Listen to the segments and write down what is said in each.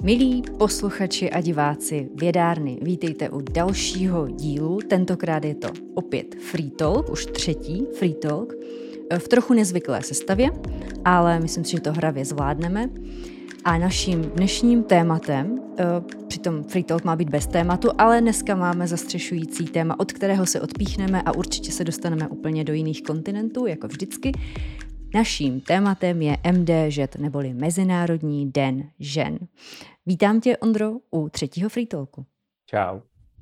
Milí posluchači a diváci Vědárny, vítejte u dalšího dílu, tentokrát je to opět Free Talk, už třetí Free Talk, v trochu nezvyklé sestavě, ale myslím si, že to hravě zvládneme. A naším dnešním tématem, přitom Free Talk má být bez tématu, ale dneska máme zastřešující téma, od kterého se odpíchneme a určitě se dostaneme úplně do jiných kontinentů, jako vždycky. Naším tématem je MDŽ, neboli Mezinárodní den žen. Vítám tě, Ondro, u třetího Free Talku. Čau.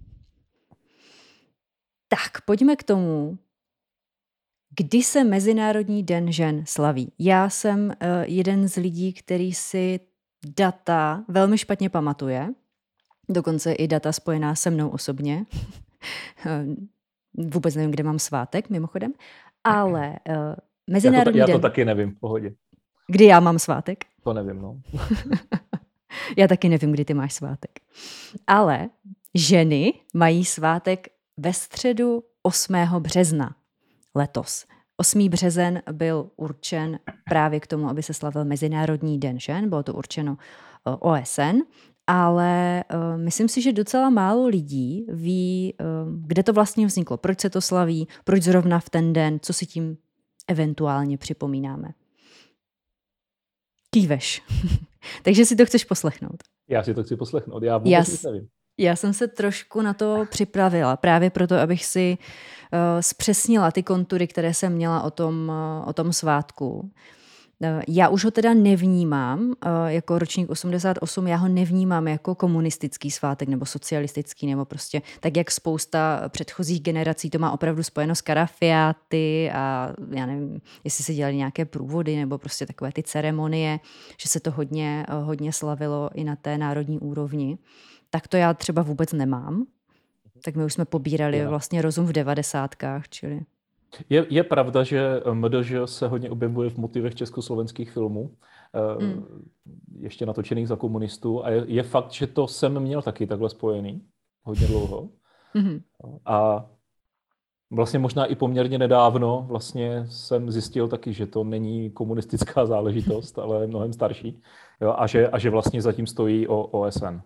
Tak, pojďme k tomu, kdy se Mezinárodní den žen slaví. Já jsem jeden z lidí, který si data velmi špatně pamatuje, dokonce i data spojená se mnou osobně. Vůbec nevím, kde mám svátek, mimochodem, ale Mezinárodní já den... to taky nevím, v pohodě. Kdy já mám svátek? To nevím, no. Já taky nevím, kdy ty máš svátek. Ale ženy mají svátek ve středu 8. března letos. 8. březen byl určen právě k tomu, aby se slavil Mezinárodní den žen, bylo to určeno OSN, ale myslím si, že docela málo lidí ví, kde to vlastně vzniklo, proč se to slaví, proč zrovna v ten den, co si tím eventuálně připomínáme. Kýveš. Takže si to chceš poslechnout. Já si to chci poslechnout, já vůbec nic nevím. Já jsem se trošku na to připravila, právě proto, abych si zpřesnila ty kontury, které jsem měla o tom svátku. Já už ho teda nevnímám jako ročník 88, já ho nevnímám jako komunistický svátek nebo socialistický, nebo prostě tak, jak spousta předchozích generací to má opravdu spojeno s karafiáty a já nevím, jestli se dělali nějaké průvody nebo prostě takové ty ceremonie, že se to hodně slavilo i na té národní úrovni. Tak to já třeba vůbec nemám. Tak my už jsme pobírali vlastně rozum v 90kách, čili... Je pravda, že MDŽ se hodně objevuje v motivech československých filmů, ještě natočených za komunistů, a je fakt, že to jsem měl taky takhle spojený hodně dlouho. A vlastně možná i poměrně nedávno vlastně jsem zjistil taky, že to není komunistická záležitost, ale mnohem starší, jo, a že vlastně zatím stojí OSN.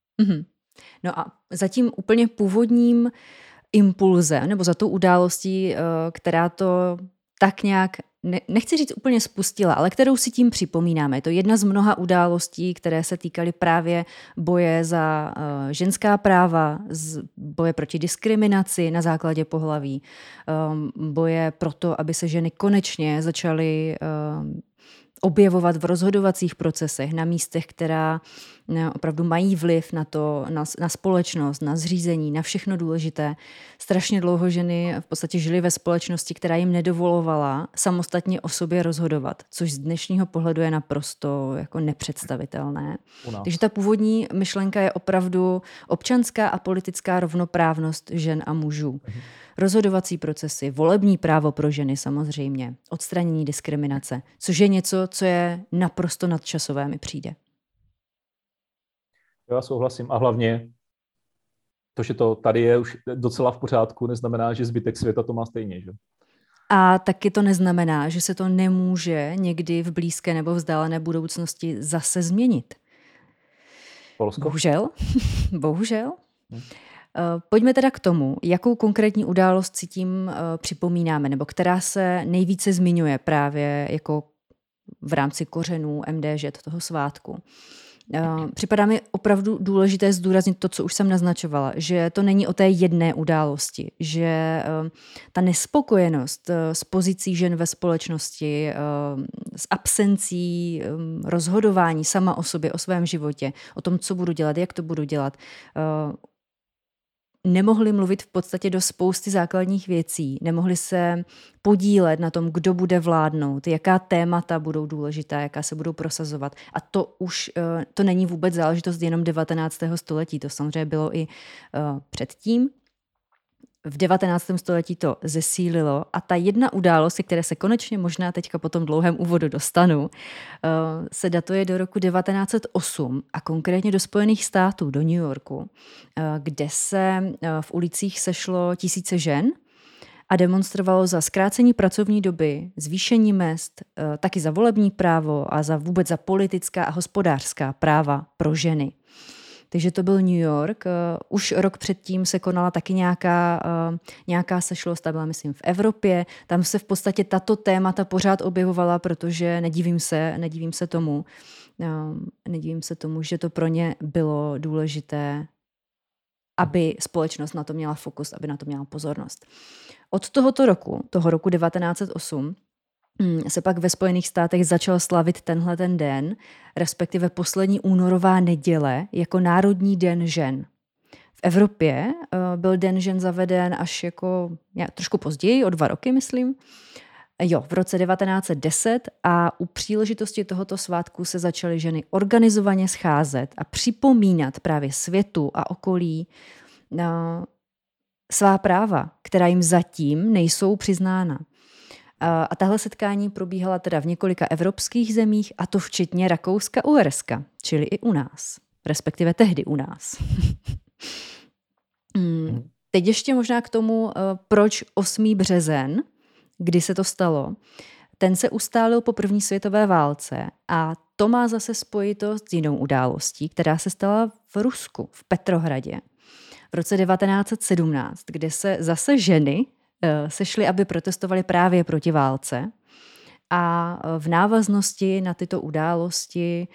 No a za tím úplně původním impulzem, nebo za tou událostí, která to tak nějak, nechci říct úplně spustila, ale kterou si tím připomínáme. Je to jedna z mnoha událostí, které se týkaly právě boje za ženská práva, boje proti diskriminaci na základě pohlaví, boje proto, aby se ženy konečně začaly objevovat v rozhodovacích procesech na místech, která opravdu mají vliv na společnost, na zřízení, na všechno důležité. Strašně dlouho ženy v podstatě žily ve společnosti, která jim nedovolovala samostatně o sobě rozhodovat, což z dnešního pohledu je naprosto jako nepředstavitelné. Takže ta původní myšlenka je opravdu občanská a politická rovnoprávnost žen a mužů. Rozhodovací procesy, volební právo pro ženy samozřejmě, odstranění diskriminace, což je něco, co je naprosto nadčasové, mi přijde. Já souhlasím. A hlavně to, že to tady je už docela v pořádku, neznamená, že zbytek světa to má stejně, že? A taky to neznamená, že se to nemůže někdy v blízké nebo vzdálené budoucnosti zase změnit. Polsko? Bohužel. Pojďme teda k tomu, jakou konkrétní událost si tím připomínáme, nebo která se nejvíce zmiňuje právě jako v rámci kořenů MDŽ toho svátku. Připadá mi opravdu důležité zdůraznit to, co už jsem naznačovala, že to není o té jedné události, že ta nespokojenost s pozicí žen ve společnosti, s absencí rozhodování sama o sobě, o svém životě, o tom, co budu dělat, jak to budu dělat, nemohli mluvit v podstatě do spousty základních věcí, nemohli se podílet na tom, kdo bude vládnout, jaká témata budou důležitá, jaká se budou prosazovat. A to už to není vůbec záležitost jenom 19. století, to samozřejmě bylo i předtím. V 19. století to zesílilo a ta jedna událost, které se konečně možná teďka po tom dlouhém úvodu dostanu, se datuje do roku 1908 a konkrétně do Spojených států, do New Yorku, kde se v ulicích sešlo tisíce žen a demonstrovalo za zkrácení pracovní doby, zvýšení mezd, taky za volební právo a vůbec za politická a hospodářská práva pro ženy. Takže to byl New York. Už rok předtím se konala taky nějaká sešlost, ta byla, myslím, v Evropě. Tam se v podstatě tato témata pořád objevovala, protože nedivím se tomu, že to pro ně bylo důležité, aby společnost na to měla fokus, aby na to měla pozornost. Od toho roku 1908, se pak ve Spojených státech začal slavit tenhle ten den, respektive poslední únorová neděle, jako Národní den žen. V Evropě byl Den žen zaveden až jako trošku později, o 2 roky, myslím. V roce 1910 a u příležitosti tohoto svátku se začaly ženy organizovaně scházet a připomínat právě světu a okolí svá práva, která jim zatím nejsou přiznána. A tahle setkání probíhala teda v několika evropských zemích, a to včetně Rakouska-Uherska, čili i u nás, respektive tehdy u nás. Teď ještě možná k tomu, proč 8. březen, kdy se to stalo. Ten se ustálil po první světové válce a to má zase spojitost s jinou událostí, která se stala v Rusku, v Petrohradě, v roce 1917, kde se zase ženy sešly, aby protestovali právě proti válce. A v návaznosti na tyto události,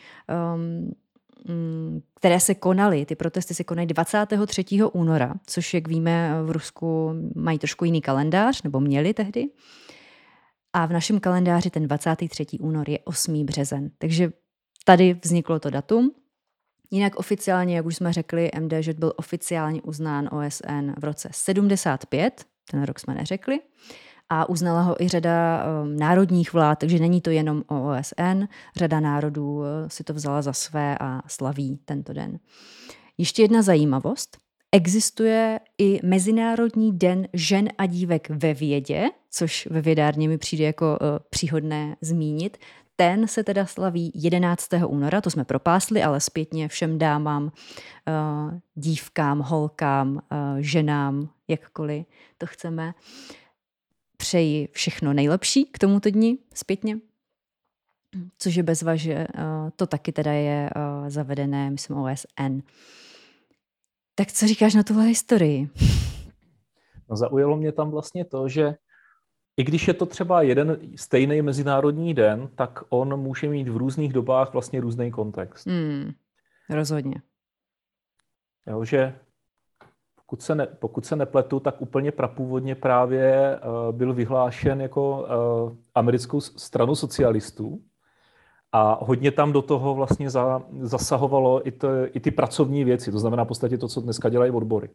které se konaly, ty protesty se konaly 23. února, což, jak víme, v Rusku mají trošku jiný kalendář, nebo měli tehdy. A v našem kalendáři ten 23. únor je 8. březen. Takže tady vzniklo to datum. Jinak oficiálně, jak už jsme řekli, MDŽ byl oficiálně uznán OSN v roce 75, ten rok jsme neřekli, a uznala ho i řada národních vlád, takže není to jenom o OSN, řada národů si to vzala za své a slaví tento den. Ještě jedna zajímavost. Existuje i Mezinárodní den žen a dívek ve vědě, což ve vědárně mi přijde jako příhodné zmínit. Ten se teda slaví 11. února, to jsme propásli, ale zpětně všem dámám, dívkám, holkám, ženám, jakkoliv to chceme, přeji všechno nejlepší k tomuto dni zpětně, což je bezva, že to taky teda je zavedené, myslím, OSN. Tak co říkáš na tuhle historii? No, zaujalo mě tam vlastně to, že i když je to třeba jeden stejný mezinárodní den, tak on může mít v různých dobách vlastně různý kontext. Rozhodně. Jo, že pokud se nepletu, tak úplně prapůvodně právě byl vyhlášen jako americkou stranu socialistů a hodně tam do toho vlastně zasahovalo i ty pracovní věci, to znamená v podstatě to, co dneska dělají odbory.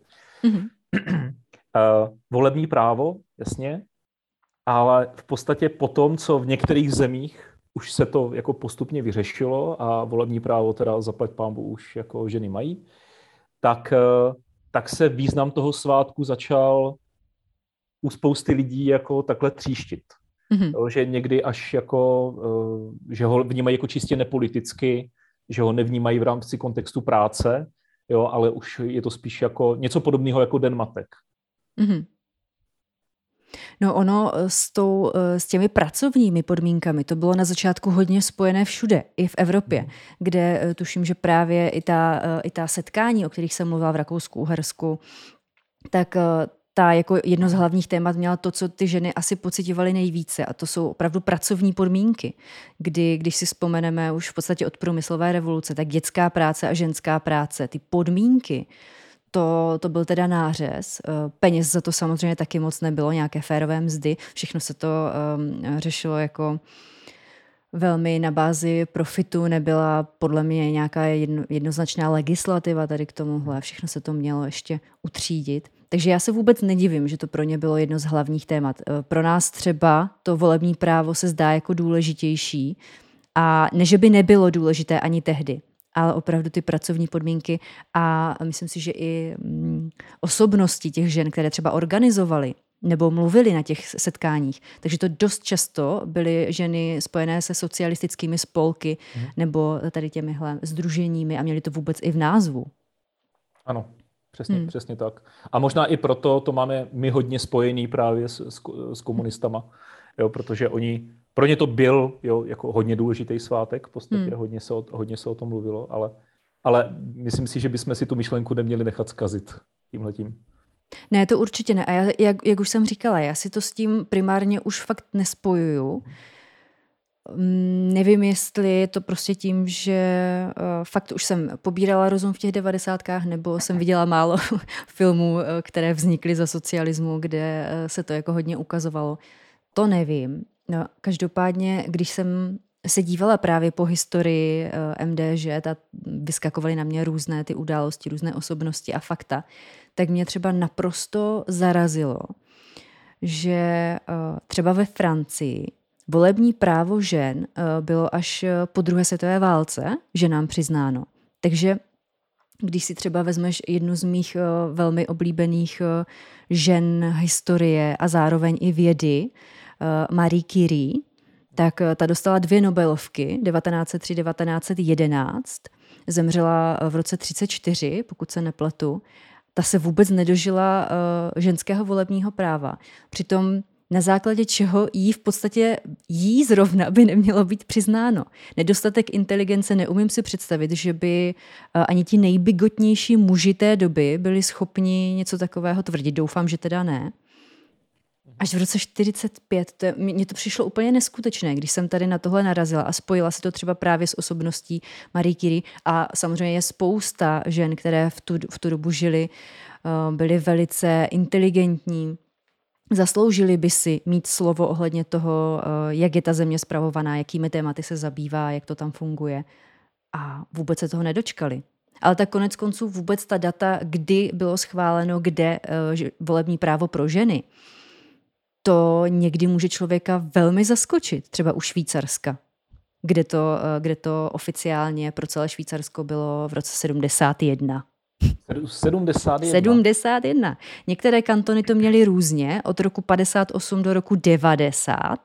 Volební právo, jasně, ale v podstatě po tom, co v některých zemích už se to jako postupně vyřešilo a volební právo teda zaplať pánbu už jako ženy mají, tak se význam toho svátku začal u spousty lidí jako takhle tříštit. Že někdy až jako, že ho vnímají jako čistě nepoliticky, že ho nevnímají v rámci kontextu práce, jo, ale už je to spíš jako něco podobného jako Den matek. No ono s těmi pracovními podmínkami to bylo na začátku hodně spojené všude, i v Evropě, kde tuším, že právě i ta setkání, o kterých jsem mluvila v Rakousku-Uhersku, tak ta jako jedno z hlavních témat měla to, co ty ženy asi pocitovaly nejvíce, a to jsou opravdu pracovní podmínky, když si vzpomeneme už v podstatě od průmyslové revoluce, tak dětská práce a ženská práce, ty podmínky, to byl teda nářez. Peněz za to samozřejmě taky moc nebylo, nějaké férové mzdy. Všechno se to řešilo jako velmi na bázi profitu. Nebyla podle mě nějaká jednoznačná legislativa tady k tomuhle. Všechno se to mělo ještě utřídit. Takže já se vůbec nedivím, že to pro ně bylo jedno z hlavních témat. Pro nás třeba to volební právo se zdá jako důležitější. A ne, že by nebylo důležité ani tehdy, ale opravdu ty pracovní podmínky a myslím si, že i osobnosti těch žen, které třeba organizovaly nebo mluvili na těch setkáních. Takže to dost často byly ženy spojené se socialistickými spolky nebo tady těmihle sdruženími a měly to vůbec i v názvu. Ano. Přesně tak. A možná i proto to máme my hodně spojený právě s komunistama, jo, protože pro ně to byl, jo, jako hodně důležitý svátek, v podstatě hodně se o tom mluvilo, ale myslím si, že bychom si tu myšlenku neměli nechat zkazit tímhletím. Ne, to určitě ne. A jak už jsem říkala, já si to s tím primárně už fakt nespojuju. Nevím, jestli je to prostě tím, že fakt už jsem pobírala rozum v těch 90kách, nebo jsem viděla málo filmů, které vznikly za socialismu, kde se to jako hodně ukazovalo. To nevím. No, každopádně, když jsem se dívala právě po historii MDŽ a vyskakovaly na mě různé ty události, různé osobnosti a fakta, tak mě třeba naprosto zarazilo, že třeba ve Francii volební právo žen bylo až po druhé světové válce ženám přiznáno. Takže když si třeba vezmeš jednu z mých velmi oblíbených žen historie a zároveň i vědy, Marie Curie, tak ta dostala 2 Nobelovky, 1903-1911, zemřela v roce 1934, pokud se nepletu. Ta se vůbec nedožila ženského volebního práva. Přitom na základě čeho jí zrovna by nemělo být přiznáno. Nedostatek inteligence, neumím si představit, že by ani ti nejbigotnější muži té doby byli schopni něco takového tvrdit. Doufám, že teda ne. Až v roce 1945, mně to přišlo úplně neskutečné, když jsem tady na tohle narazila a spojila se to třeba právě s osobností Marie Curie a samozřejmě je spousta žen, které v tu dobu žily, byly velice inteligentní, zasloužili by si mít slovo ohledně toho, jak je ta země spravovaná, jakými tématy se zabývá, jak to tam funguje. A vůbec se toho nedočkali. Ale tak konec konců vůbec ta data, kdy bylo schváleno, kde volební právo pro ženy, to někdy může člověka velmi zaskočit. Třeba u Švýcarska, kde to oficiálně pro celé Švýcarsko bylo v roce 71. 71. Některé kantony to měly různě, od roku 58 do roku 90,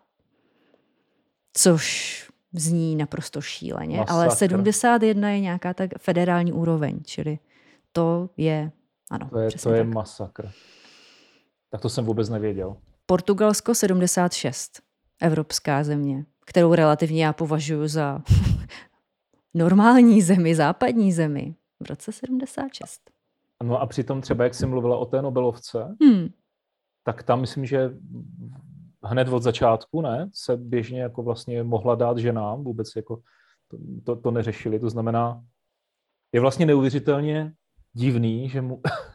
což zní naprosto šíleně, masakr. Ale 71 je nějaká tak federální úroveň, čili to je, ano. To je masakr. Tak to jsem vůbec nevěděl. Portugalsko 76, evropská země, kterou relativně já považuji za normální zemi, západní zemi, v roce 76. No a přitom třeba, jak jsi mluvila o té Nobelovce, tak tam myslím, že hned od začátku, ne, se běžně jako vlastně mohla dát ženám, vůbec jako to neřešili, to znamená, je vlastně neuvěřitelně divný, že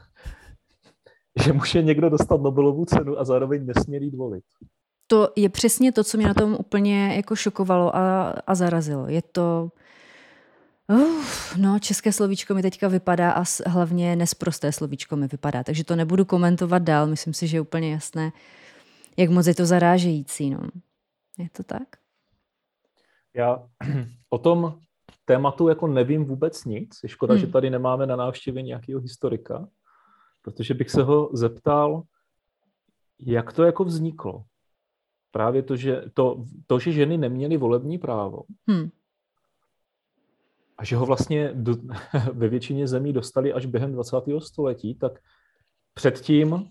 může někdo dostat Nobelovu cenu a zároveň nesměl jít volit. To je přesně to, co mě na tom úplně jako šokovalo a zarazilo. Je to... české slovíčko mi teďka vypadá a hlavně nesprosté slovíčko mi vypadá, takže to nebudu komentovat dál. Myslím si, že je úplně jasné, jak moc je to zarážející. No. Je to tak? Já o tom tématu jako nevím vůbec nic. Je škoda, že tady nemáme na návštěvě nějakého historika, protože bych se ho zeptal, jak to jako vzniklo. Právě to, že ženy neměly volební právo a že ho vlastně ve většině zemí dostali až během 20. století, tak předtím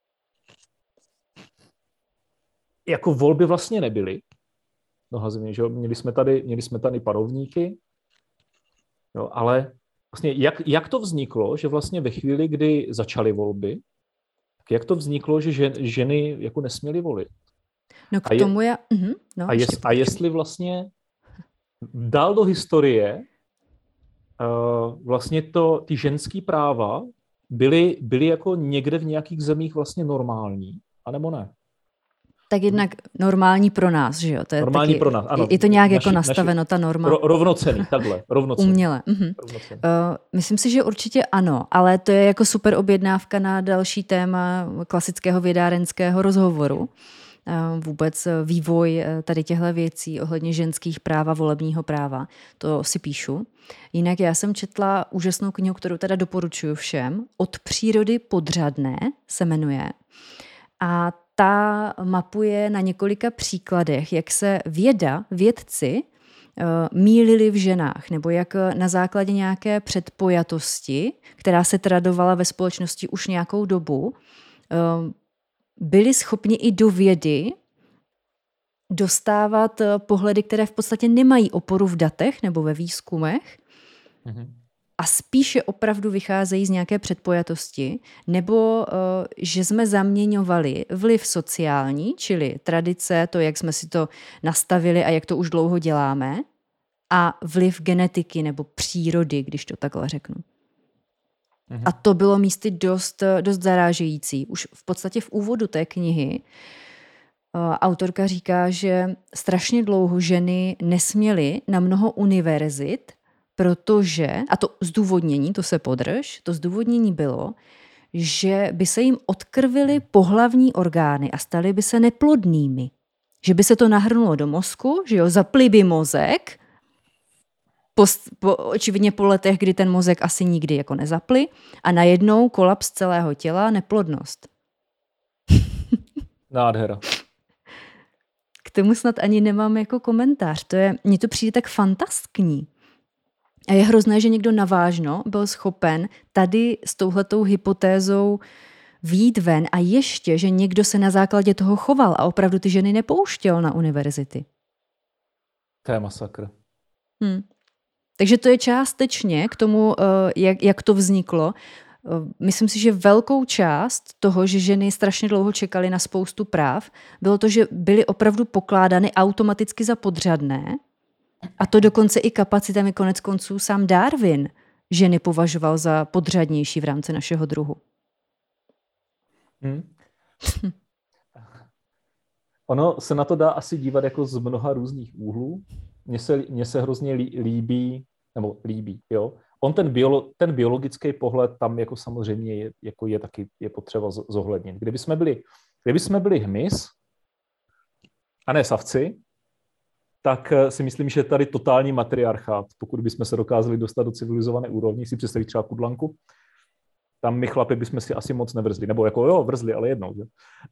jako volby vlastně nebyly. Mnoha zemí, že měli jsme tady panovníky, jo, ale vlastně jak to vzniklo, že vlastně ve chvíli, kdy začaly volby, tak jak to vzniklo, že ženy jako nesměly volit? No k tomu já... A jestli vlastně dál do historie vlastně ty ženský práva byly jako někde v nějakých zemích vlastně normální, anebo ne? Tak jednak normální pro nás, že jo? To je normální taky, pro nás, ano. Je to nějak jako nastaveno, ta norma. Rovnocenný, takhle, rovnocenný. Uměle. Myslím si, že určitě ano, ale to je jako super objednávka na další téma klasického vědárenského rozhovoru. Vůbec vývoj tady těchto věcí ohledně ženských práv a volebního práva. To si píšu. Jinak já jsem četla úžasnou knihu, kterou teda doporučuji všem. Od přírody podřadné se jmenuje. A ta mapuje na několika příkladech, jak se vědci mýlili v ženách, nebo jak na základě nějaké předpojatosti, která se tradovala ve společnosti už nějakou dobu, byli schopni i do vědy dostávat pohledy, které v podstatě nemají oporu v datech nebo ve výzkumech a spíše opravdu vycházejí z nějaké předpojatosti, nebo že jsme zaměňovali vliv sociální, čili tradice, to, jak jsme si to nastavili a jak to už dlouho děláme, a vliv genetiky nebo přírody, když to takhle řeknu. A to bylo místy dost zarážející. Už v podstatě v úvodu té knihy autorka říká, že strašně dlouho ženy nesměly na mnoho univerzit, protože, a to zdůvodnění, to se podrž, to zdůvodnění bylo, že by se jim odkrvily pohlavní orgány a staly by se neplodnými. Že by se to nahrnulo do mozku, že jo, zapli by mozek, očividně po letech, kdy ten mozek asi nikdy jako nezapli, a najednou kolaps celého těla, neplodnost. Nádhera. K tomu snad ani nemám jako komentář. Mně to přijde tak fantaskní. A je hrozné, že někdo navážno byl schopen tady s touhletou hypotézou vyjít ven a ještě, že někdo se na základě toho choval a opravdu ty ženy nepouštěl na univerzity. To je masakr. Takže to je částečně k tomu, jak to vzniklo. Myslím si, že velkou část toho, že ženy strašně dlouho čekaly na spoustu práv, bylo to, že byly opravdu pokládány automaticky za podřadné. A to dokonce i kapacitami konec konců sám Darwin ženy považoval za podřadnější v rámci našeho druhu. Ono se na to dá asi dívat jako z mnoha různých úhlů. Mně se hrozně líbí, jo. On ten biologický pohled tam jako samozřejmě je taky potřeba zohlednit. Kdyby jsme byli hmyz a ne savci, tak si myslím, že tady totální matriarchát, pokud bychom se dokázali dostat do civilizované úrovni, si představit třeba Kudlanku, tam my chlapi bychom si asi moc nevrzli, nebo jako jo, vrzli, ale jednou. Že?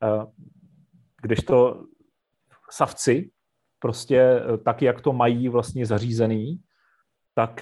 Kdežto savci, prostě tak, jak to mají vlastně zařízený, tak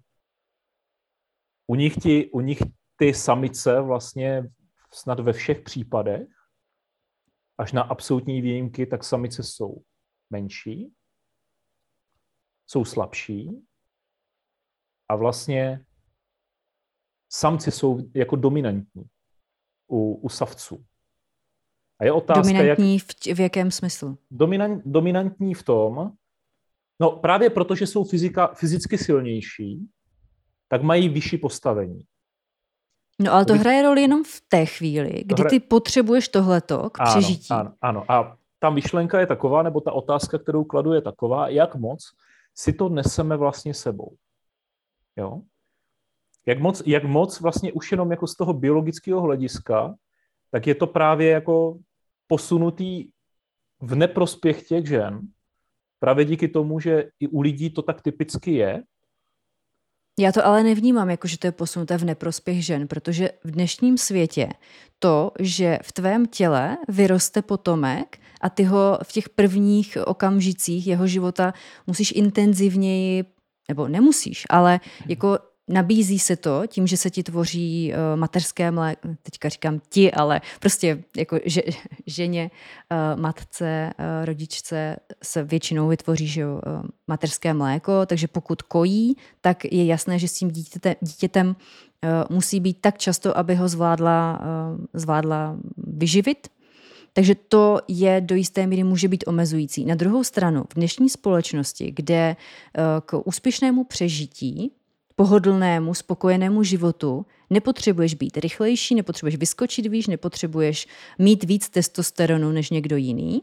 u nich ty samice vlastně snad ve všech případech, až na absolutní výjimky, tak samice jsou menší, jsou slabší a vlastně samci jsou jako dominantní u savců. A je otázka, dominantní v jakém smyslu? Dominantní v tom, no právě protože jsou fyzicky silnější, tak mají vyšší postavení. No ale to hraje roli jenom v té chvíli, kdy ty potřebuješ tohleto k přežití. Ano. A ta myšlenka je taková, nebo ta otázka, kterou kladu, je taková, jak moc si to neseme vlastně sebou. Jo? Jak moc vlastně už jenom jako z toho biologického hlediska, tak je to právě jako posunutý v neprospěch těch žen, právě díky tomu, že i u lidí to tak typicky je. Já to ale nevnímám jako, že to je posunuté v neprospěch žen, protože v dnešním světě to, že v tvém těle vyroste potomek a ty ho v těch prvních okamžicích jeho života musíš intenzivněji, nebo nemusíš, ale jako nabízí se to tím, že se ti tvoří mateřské mléko, teďka říkám ti, ale prostě jako ženě, matce, rodičce se většinou vytvoří že mateřské mléko, takže pokud kojí, tak je jasné, že s tím dítětem musí být tak často, aby ho zvládla vyživit. Takže to je do jisté míry může být omezující. Na druhou stranu, v dnešní společnosti, kde k úspěšnému přežití, pohodlnému, spokojenému životu nepotřebuješ být rychlejší, nepotřebuješ vyskočit výš, nepotřebuješ mít víc testosteronu než někdo jiný,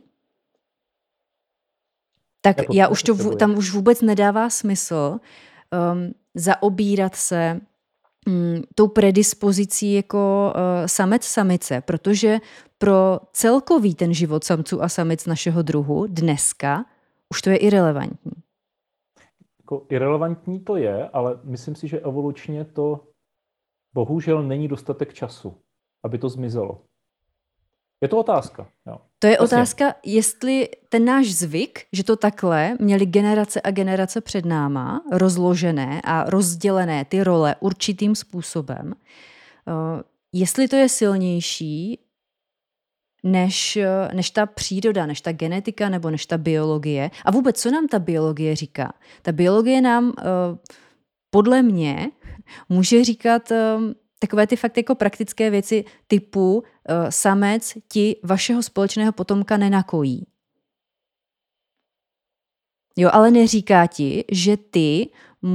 tak já už tam už vůbec nedává smysl zaobírat se tou predispozicí jako samec-samice, protože pro celkový ten život samců a samic našeho druhu dneska už to je irelevantní. Jako irelevantní to je, ale myslím si, že evolučně to bohužel není dostatek času, aby to zmizelo. Je to otázka. Jo. To je otázka, jestli ten náš zvyk, že to takhle měli generace a generace před náma, rozložené a rozdělené ty role určitým způsobem, jestli to je silnější než ta příroda, než ta genetika nebo než ta biologie. A vůbec, co nám ta biologie říká? Ta biologie nám podle mě může říkat takové ty fakt jako praktické věci typu samec ti vašeho společného potomka nenakojí. Jo, ale neříká ti, že ty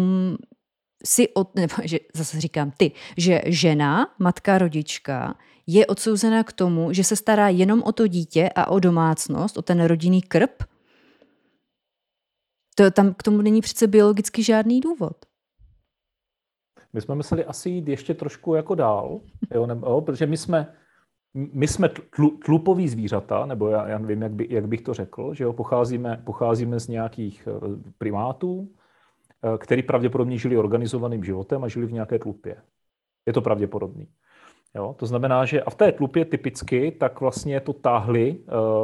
zase říkám ty, že žena, matka, rodička je odsouzena k tomu, že se stará jenom o to dítě a o domácnost, o ten rodinný krb. Tam k tomu není přece biologicky žádný důvod. My jsme museli asi jít ještě trošku jako dál, protože my jsme tlupoví zvířata, nebo já nevím, jak bych to řekl, že jo, pocházíme z nějakých primátů, který pravděpodobně žili organizovaným životem a žili v nějaké tlupě. Je to pravděpodobný. Jo? To znamená, že a v té tlupě typicky tak vlastně to táhli,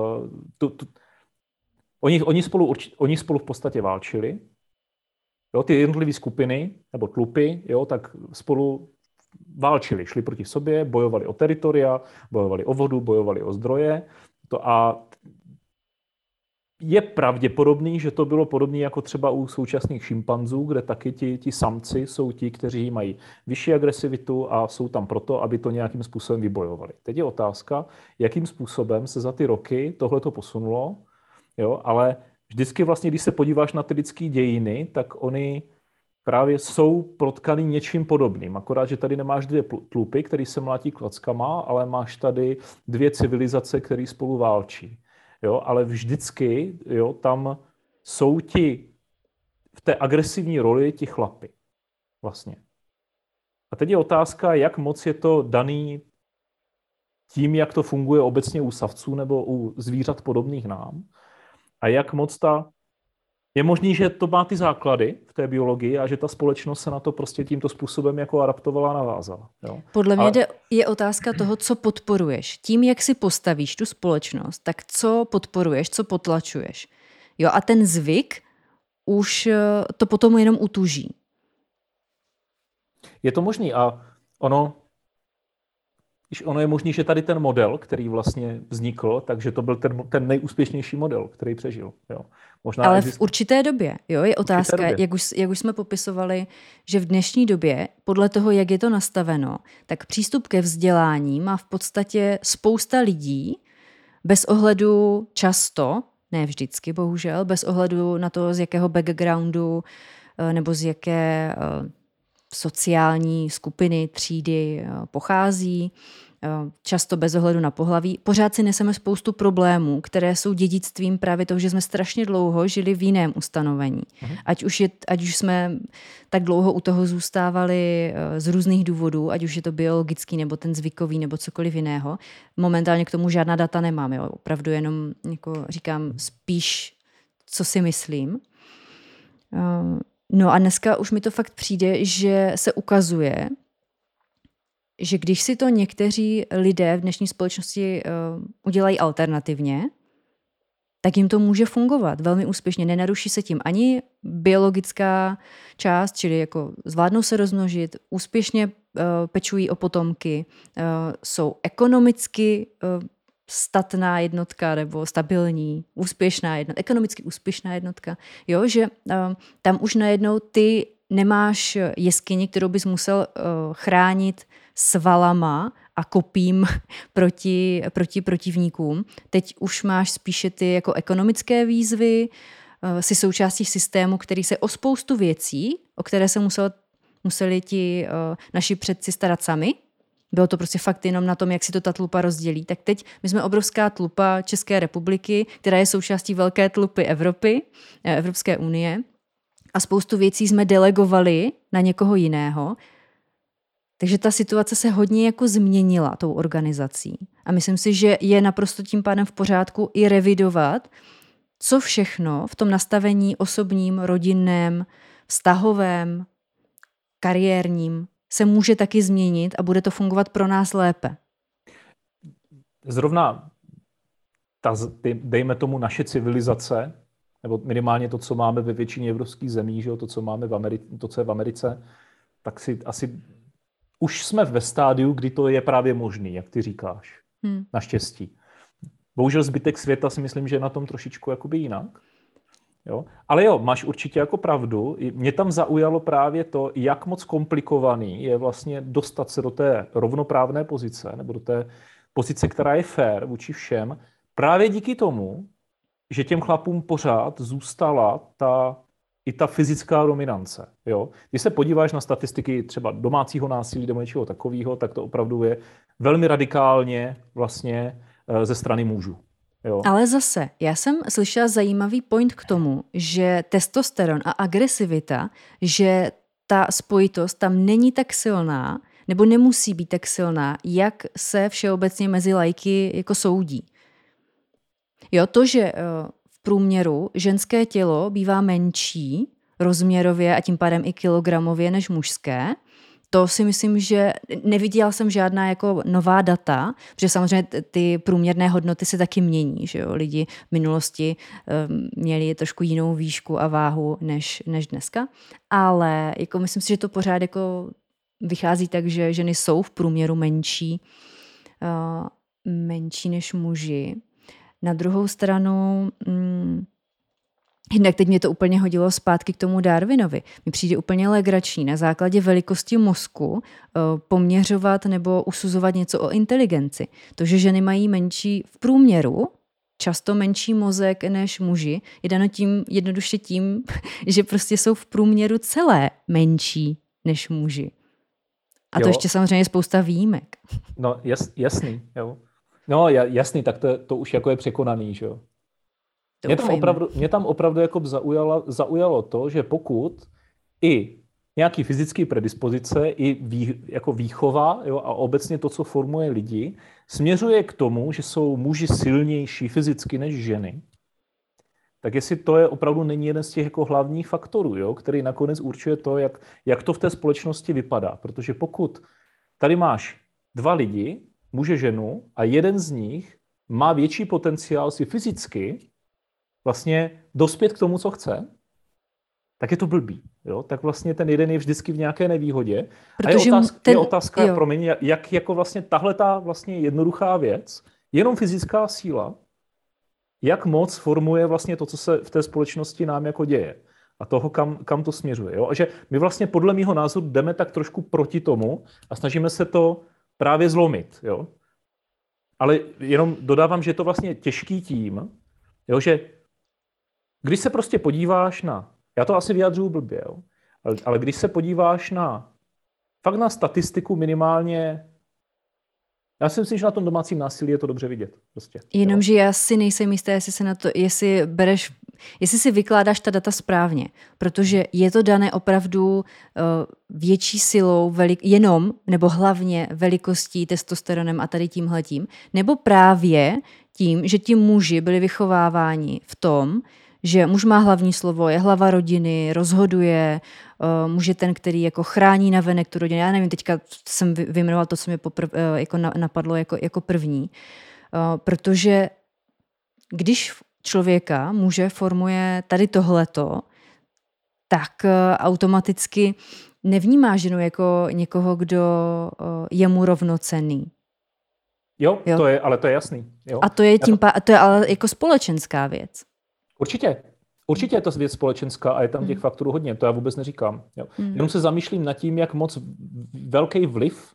oni spolu v podstatě válčili. Jo? Ty jednotlivé skupiny nebo tlupy, jo, tak spolu válčili, šli proti sobě, bojovali o teritoria, bojovali o vodu, bojovali o zdroje. A je pravděpodobný, že to bylo podobné jako třeba u současných šimpanzů, kde taky ti samci jsou ti, kteří mají vyšší agresivitu a jsou tam proto, aby to nějakým způsobem vybojovali. Teď je otázka, jakým způsobem se za ty roky tohleto posunulo, jo, ale vždycky vlastně, když se podíváš na ty lidské dějiny, tak oni právě jsou protkaný něčím podobným. Akorát, že tady nemáš dvě tlupy, které se mlátí klackama, ale máš tady dvě civilizace, které spolu válčí. Jo, ale vždycky jo, tam jsou ti v té agresivní roli ti chlapi. Vlastně. A teď je otázka, jak moc je to daný tím, jak to funguje obecně u savců nebo u zvířat podobných nám. A jak moc je možný, že to má ty základy v té biologii a že ta společnost se na to prostě tímto způsobem jako adaptovala a navázala. Jo? Podle mě je otázka toho, co podporuješ. Tím, jak si postavíš tu společnost, tak co podporuješ, co potlačuješ. Jo, a ten zvyk už to potom jenom utuží. Je to možný a ono je možný, že tady ten model, který vlastně vznikl, takže to byl ten nejúspěšnější model, který přežil. Jo. Možná ale v určité době, jo, je otázka, jak už jsme popisovali, že v dnešní době, podle toho, jak je to nastaveno, tak přístup ke vzdělání má v podstatě spousta lidí, bez ohledu často, ne vždycky bohužel, bez ohledu na to, z jakého backgroundu nebo z jaké sociální skupiny, třídy pochází, často bez ohledu na pohlaví. Pořád si neseme spoustu problémů, které jsou dědictvím právě toho, že jsme strašně dlouho žili v jiném ustanovení. Ať už jsme tak dlouho u toho zůstávali z různých důvodů, ať už je to biologický, nebo ten zvykový, nebo cokoliv jiného. Momentálně k tomu žádná data nemám. Jo. Opravdu jenom jako říkám spíš, co si myslím. No a dneska už mi to fakt přijde, že se ukazuje, že když si to někteří lidé v dnešní společnosti udělají alternativně, tak jim to může fungovat velmi úspěšně. Nenaruší se tím ani biologická část, čili jako zvládnou se rozmnožit, úspěšně pečují o potomky, jsou ekonomicky statná jednotka nebo stabilní, ekonomicky úspěšná jednotka. Jo, že tam už najednou ty nemáš jeskyni, kterou bys musel chránit svalama a kopím proti protivníkům. Teď už máš spíše ty jako ekonomické výzvy, jsi součástí systému, který se o spoustu věcí, o které se museli ti naši předci starat sami. Bylo to prostě fakt jenom na tom, jak si to ta tlupa rozdělí. Tak teď my jsme obrovská tlupa České republiky, která je součástí velké tlupy Evropské unie. A spoustu věcí jsme delegovali na někoho jiného. Takže ta situace se hodně jako změnila tou organizací. A myslím si, že je naprosto tím pádem v pořádku i revidovat, co všechno v tom nastavení osobním, rodinném, vztahovém, kariérním se může taky změnit a bude to fungovat pro nás lépe. Zrovna dejme tomu naše civilizace, nebo minimálně to, co máme ve většině evropských zemí, že jo, to, co máme to, co je v Americe, tak si asi už jsme ve stádiu, kdy to je právě možný, jak ty říkáš. Naštěstí. Bohužel zbytek světa si myslím, že je na tom trošičku jakoby jinak. Jo? Ale jo, máš určitě jako pravdu. Mě tam zaujalo právě to, jak moc komplikovaný je vlastně dostat se do té rovnoprávné pozice, nebo do té pozice, která je fair vůči všem, právě díky tomu, že těm chlapům pořád zůstala i ta fyzická dominance. Jo? Když se podíváš na statistiky třeba domácího násilí nebo něčeho takového, tak to opravdu je velmi radikálně vlastně ze strany mužů. Jo. Ale zase, já jsem slyšela zajímavý point k tomu, že testosteron a agresivita, že ta spojitost tam není tak silná, nebo nemusí být tak silná, jak se všeobecně mezi lajky jako soudí. Jo, to, že v průměru ženské tělo bývá menší rozměrově a tím pádem i kilogramově než mužské, to si myslím, že neviděla jsem žádná jako nová data, protože samozřejmě ty průměrné hodnoty se taky mění, že jo? Lidi v minulosti měli trošku jinou výšku a váhu než dneska, ale jako myslím si, že to pořád jako vychází tak, že ženy jsou v průměru menší než muži. Na druhou stranu jednak teď mě to úplně hodilo zpátky k tomu Darwinovi. Mi přijde úplně legrační na základě velikosti mozku poměřovat nebo usuzovat něco o inteligenci. To, že ženy mají menší v průměru, často menší mozek než muži, je dáno jednoduše tím, že prostě jsou v průměru celé menší než muži. A to ještě samozřejmě je spousta výjimek. No jasný, jo. No jasný, tak to už jako je překonaný, že jo. Mě tam opravdu jako zaujalo to, že pokud i nějaký fyzický predispozice, i jako výchova, jo, a obecně to, co formuje lidi, směřuje k tomu, že jsou muži silnější fyzicky než ženy, tak jestli to je opravdu není jeden z těch jako hlavních faktorů, jo, který nakonec určuje to, jak to v té společnosti vypadá. Protože pokud tady máš 2 lidi, muže, ženu, a jeden z nich má větší potenciál si fyzicky vlastně dospět k tomu, co chce, tak je to blbý. Jo? Tak vlastně ten jeden je vždycky v nějaké nevýhodě. Protože a je otázka promiň, jak jako vlastně tahleta vlastně jednoduchá věc, jenom fyzická síla, jak moc formuje vlastně to, co se v té společnosti nám jako děje. A toho, kam to směřuje. Jo? A že my vlastně podle mýho názoru jdeme tak trošku proti tomu a snažíme se to právě zlomit. Jo? Ale jenom dodávám, že je to vlastně těžký tím, jo? Že když se prostě podíváš já to asi vyjadřuju blbě, jo? Ale když se podíváš fakt na statistiku minimálně, já si myslím, že na tom domácím násilí je to dobře vidět. Prostě, jenomže já si nejsem jistá, jestli si vykládáš ta data správně, protože je to dané opravdu větší silou, jenom nebo hlavně velikostí, testosteronem a tady tímhletím, nebo právě tím, že ti muži byli vychováváni v tom, že muž má hlavní slovo, je hlava rodiny, rozhoduje, muž je ten, který jako chrání navenek tu rodinu. Já nevím, teďka jsem vyjmenoval to, co mě jako napadlo jako první. Protože když člověka muže formuje tady tohleto, tak automaticky nevnímá ženu jako někoho, kdo je mu rovnocenný. Jo? Ale to je jasný. Jo? A to je ale jako společenská věc. Určitě je to věc společenská a je tam těch faktorů hodně, to já vůbec neříkám. Jo. Jenom se zamýšlím nad tím, jak moc velký vliv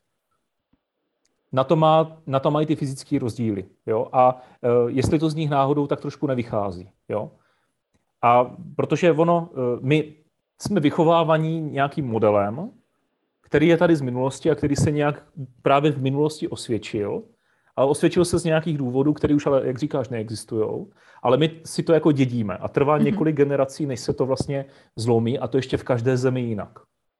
na to mají ty fyzické rozdíly. Jo. A jestli to z nich náhodou tak trošku nevychází. Jo. A protože my jsme vychovávaní nějakým modelem, který je tady z minulosti a který se nějak právě v minulosti osvědčil, ale osvědčil se z nějakých důvodů, které už ale, jak říkáš, neexistují. Ale my si to jako dědíme a trvá několik generací, než se to vlastně zlomí a to ještě v každé zemi jinak.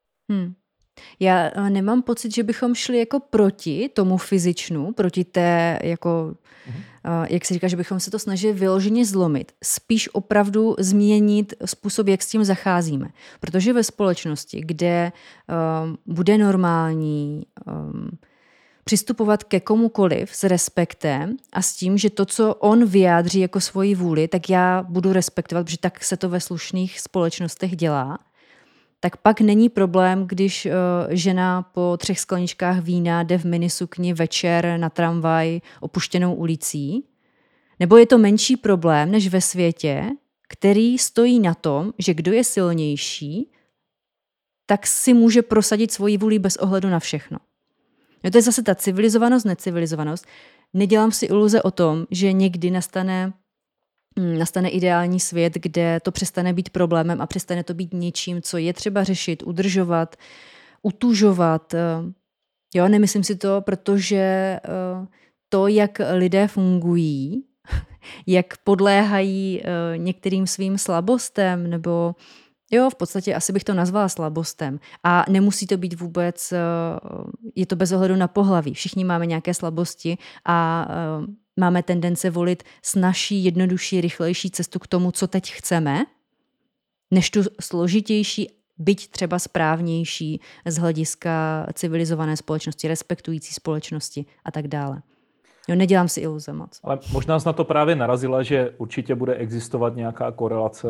Já nemám pocit, že bychom šli jako proti tomu fyzičnu, proti té, jako, jak se říká, že bychom se to snažili vyloženě zlomit. Spíš opravdu změnit způsob, jak s tím zacházíme. Protože ve společnosti, kde bude normální přistupovat ke komukoliv s respektem a s tím, že to, co on vyjádří jako svoji vůli, tak já budu respektovat, protože tak se to ve slušných společnostech dělá, tak pak není problém, když žena po 3 skleničkách vína jde v minisukni večer na tramvaj opuštěnou ulicí. Nebo je to menší problém než ve světě, který stojí na tom, že kdo je silnější, tak si může prosadit svoji vůli bez ohledu na všechno. No to je zase ta civilizovanost, necivilizovanost. Nedělám si iluze o tom, že někdy nastane ideální svět, kde to přestane být problémem a přestane to být něčím, co je třeba řešit, udržovat, utužovat. Jo, nemyslím si to, protože to, jak lidé fungují, jak podléhají některým svým slabostem, nebo jo, v podstatě asi bych to nazvala slabostem. A nemusí to být vůbec, je to bez ohledu na pohlaví. Všichni máme nějaké slabosti a máme tendence volit snazší, jednodušší, rychlejší cestu k tomu, co teď chceme, než tu složitější, byť třeba správnější z hlediska civilizované společnosti, respektující společnosti a tak dále. Jo, nedělám si iluze moc. Ale možná jsi na to právě narazila, že určitě bude existovat nějaká korelace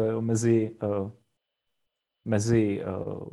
mezi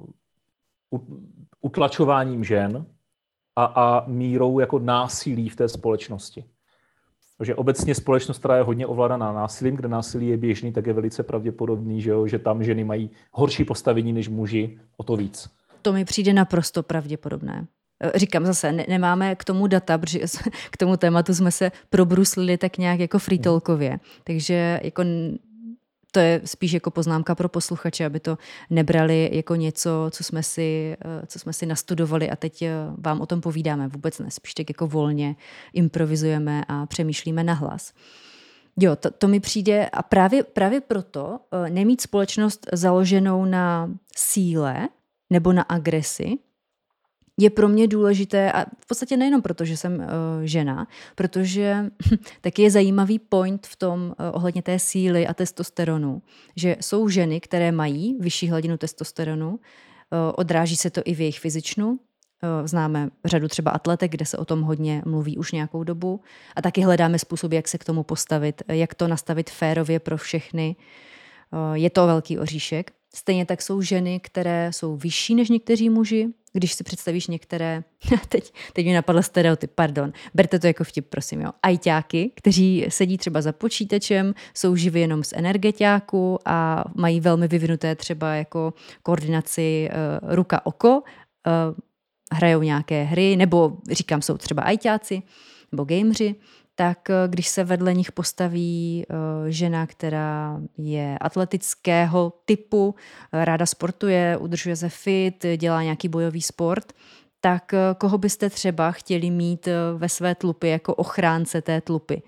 utlačováním žen a mírou jako násilí v té společnosti. Protože obecně společnost, která je hodně ovládaná násilím, kde násilí je běžný, tak je velice pravděpodobný, že tam ženy mají horší postavení než muži, o to víc. To mi přijde naprosto pravděpodobné. Říkám zase, nemáme k tomu data, protože k tomu tématu jsme se probruslili tak nějak jako freetalkově. Takže jako to je spíš jako poznámka pro posluchače, aby to nebrali jako něco, co jsme si nastudovali a teď vám o tom povídáme. Vůbec ne, spíš tak jako volně improvizujeme a přemýšlíme nahlas. Jo, to mi přijde a právě proto nemít společnost založenou na síle nebo na agresi je pro mě důležité a v podstatě nejenom proto, že jsem žena, protože taky je zajímavý point v tom ohledně té síly a testosteronu, že jsou ženy, které mají vyšší hladinu testosteronu, odráží se to i v jejich fyzičnu. Známe řadu třeba atletek, kde se o tom hodně mluví už nějakou dobu a taky hledáme způsoby, jak se k tomu postavit, jak to nastavit férově pro všechny. Je to velký oříšek. Stejně tak jsou ženy, které jsou vyšší než někteří muži. Když si představíš některé, teď mi napadl stereotyp, pardon, berte to jako vtip, prosím, jo. Ajťáky, kteří sedí třeba za počítačem, jsou živí jenom z energetiáku a mají velmi vyvinuté třeba jako koordinaci ruka-oko, hrajou nějaké hry, nebo říkám, jsou třeba ajťáci nebo gameři, tak když se vedle nich postaví žena, která je atletického typu, ráda sportuje, udržuje se fit, dělá nějaký bojový sport, tak koho byste třeba chtěli mít ve své tlupy jako ochránce té tlupy?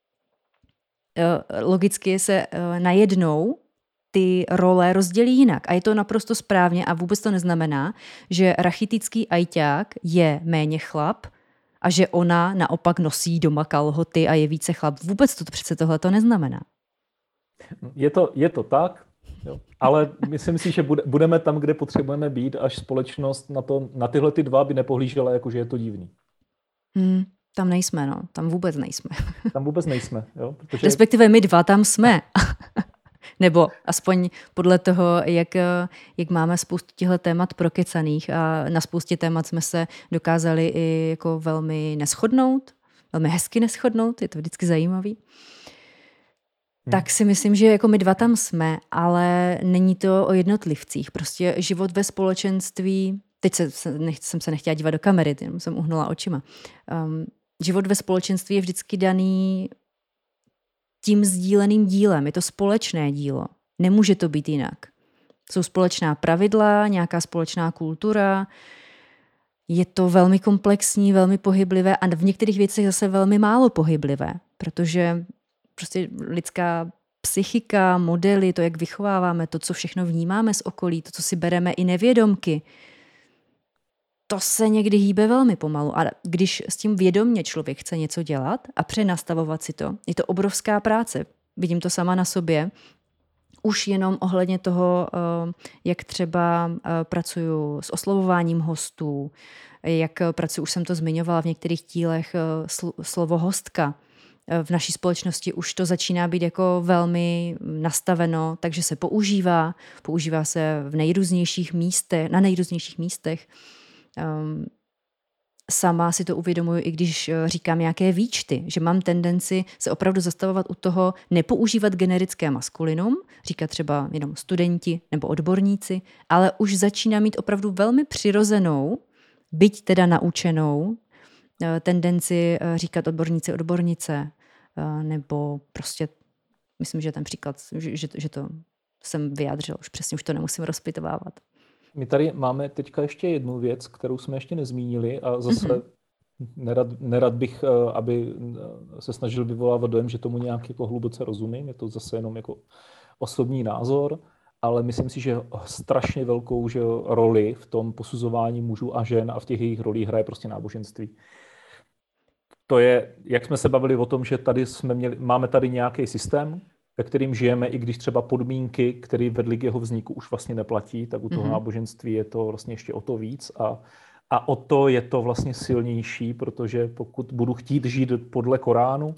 Logicky se najednou ty role rozdělí jinak a je to naprosto správně a vůbec to neznamená, že rachitický ajťák je méně chlap, a že ona naopak nosí doma kalhoty a je více chlap. Vůbec to přece tohle to neznamená. Je to tak, jo. Ale myslím si, že budeme tam, kde potřebujeme být, až společnost na tyhle ty dva by nepohlížela, jako že je to divný. Tam nejsme, no. Tam vůbec nejsme. Tam vůbec nejsme, jo. Protože... Respektive my dva tam jsme. Nebo aspoň podle toho, jak máme spoustu těchto témat prokecaných a na spoustě témat jsme se dokázali i jako velmi neshodnout, velmi hezky neshodnout, je to vždycky zajímavý. Tak si myslím, že jako my dva tam jsme, ale není to o jednotlivcích. Prostě život ve společenství, teď jsem se nechtěla dívat do kamery, jenom jsem uhnula očima. Život ve společenství je vždycky daný tím sdíleným dílem. Je to společné dílo. Nemůže to být jinak. Jsou společná pravidla, nějaká společná kultura. Je to velmi komplexní, velmi pohyblivé a v některých věcech zase velmi málo pohyblivé, protože prostě lidská psychika, modely, to, jak vychováváme, to, co všechno vnímáme z okolí, to, co si bereme i nevědomky, to se někdy hýbe velmi pomalu. A když s tím vědomně člověk chce něco dělat a přenastavovat si to, je to obrovská práce. Vidím to sama na sobě. už jenom ohledně toho, jak třeba pracuju s oslovováním hostů, jak pracuji, už jsem to zmiňovala v některých dílech, slovo hostka. V naší společnosti už to začíná být jako velmi nastaveno, takže se používá se v nejrůznějších místech, na nejrůznějších místech. Sama si to uvědomuji, i když říkám nějaké výčty, že mám tendenci se opravdu zastavovat u toho, nepoužívat generické maskulinum, říkat třeba jenom studenti nebo odborníci, ale už začíná mít opravdu velmi přirozenou, byť teda naučenou, tendenci říkat odborníci, odbornice, nebo prostě, myslím, že ten příklad, že to jsem vyjádřila, už to nemusím rozpitovávat. My tady máme teďka ještě jednu věc, kterou jsme ještě nezmínili a zase nerad bych, aby se snažil vyvolávat dojem, že tomu nějak jako hluboce rozumím, je to zase jenom jako osobní názor, ale myslím si, že strašně velkou roli v tom posuzování mužů a žen a v těch jejich rolích hraje prostě náboženství. To je, jak jsme se bavili o tom, že tady máme tady nějaký systém, ve kterým žijeme, i když třeba podmínky, které vedly k jeho vzniku, už vlastně neplatí, tak u toho náboženství je to vlastně ještě o to víc a o to je to vlastně silnější, protože pokud budu chtít žít podle Koránu,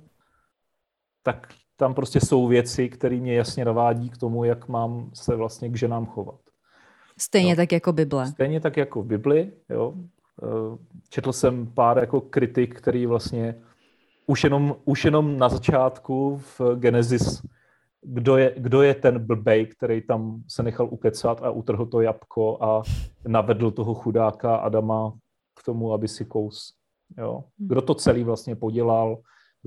tak tam prostě jsou věci, které mě jasně navádí k tomu, jak mám se vlastně k ženám chovat. Stejně tak jako Bible. Stejně tak jako v Bibli, jo. Četl jsem pár jako kritik, který vlastně už jenom na začátku v Genesis, kdo je ten blbej, který tam se nechal ukecat a utrhl to jabko a navedl toho chudáka Adama k tomu, aby si kous. Jo. Kdo to celý vlastně podělal,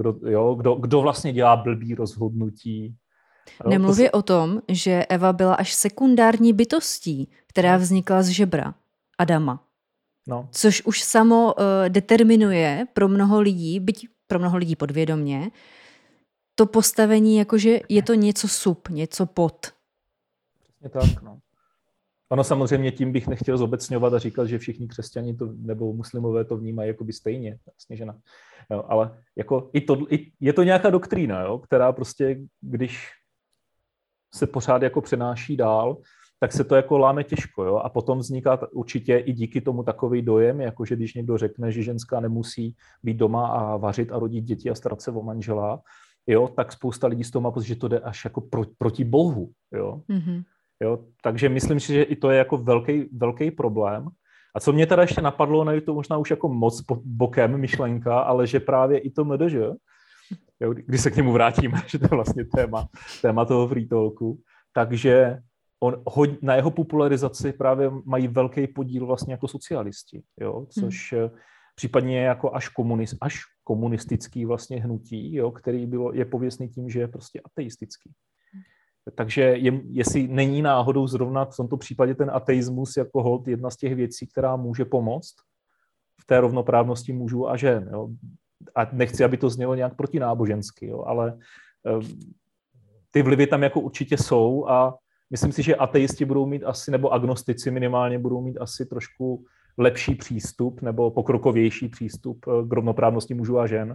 kdo vlastně dělá blbý rozhodnutí. Nemluví o tom, že Eva byla až sekundární bytostí, která vznikla z žebra Adama. No. Což už samo determinuje pro mnoho lidí, byť pro mnoho lidí podvědomě, to postavení, jakože je to něco sub, něco pod. Přesně tak, no. Ono samozřejmě tím bych nechtěl zobecňovat a říkat, že všichni křesťani nebo muslimové to vnímají jakoby stejně. Jasně, že ne. Jo, ale jako je to nějaká doktrína, jo, která prostě, když se pořád jako přenáší dál, tak se to jako láme těžko. Jo? A potom vzniká určitě i díky tomu takový dojem, jakože když někdo řekne, že ženská nemusí být doma a vařit a rodit děti a starat se o manžela, jo, tak spousta lidí z toho má pocit, že to jde až jako proti Bohu. Jo? Mm-hmm. Jo? Takže myslím si, že i to je jako velký problém. A co mě teda ještě napadlo, no je to možná už jako moc bokem myšlenka, ale že právě i to MDŽ, jo, když se k němu vrátíme, že to je vlastně téma toho free talku, takže na jeho popularizaci právě mají velký podíl vlastně jako socialisti, jo, což případně jako až komunistický vlastně hnutí, jo, který je pověstný tím, že je prostě ateistický. Takže jestli není náhodou zrovna v tomto případě ten ateismus jako holt jedna z těch věcí, která může pomoct v té rovnoprávnosti mužů a žen. Jo. A nechci, aby to znělo nějak protinábožensky, jo, ale ty vlivy tam jako určitě jsou a myslím si, že ateisti budou mít asi, nebo agnostici minimálně budou mít asi trošku lepší přístup nebo pokrokovější přístup k rovnoprávnosti mužů a žen,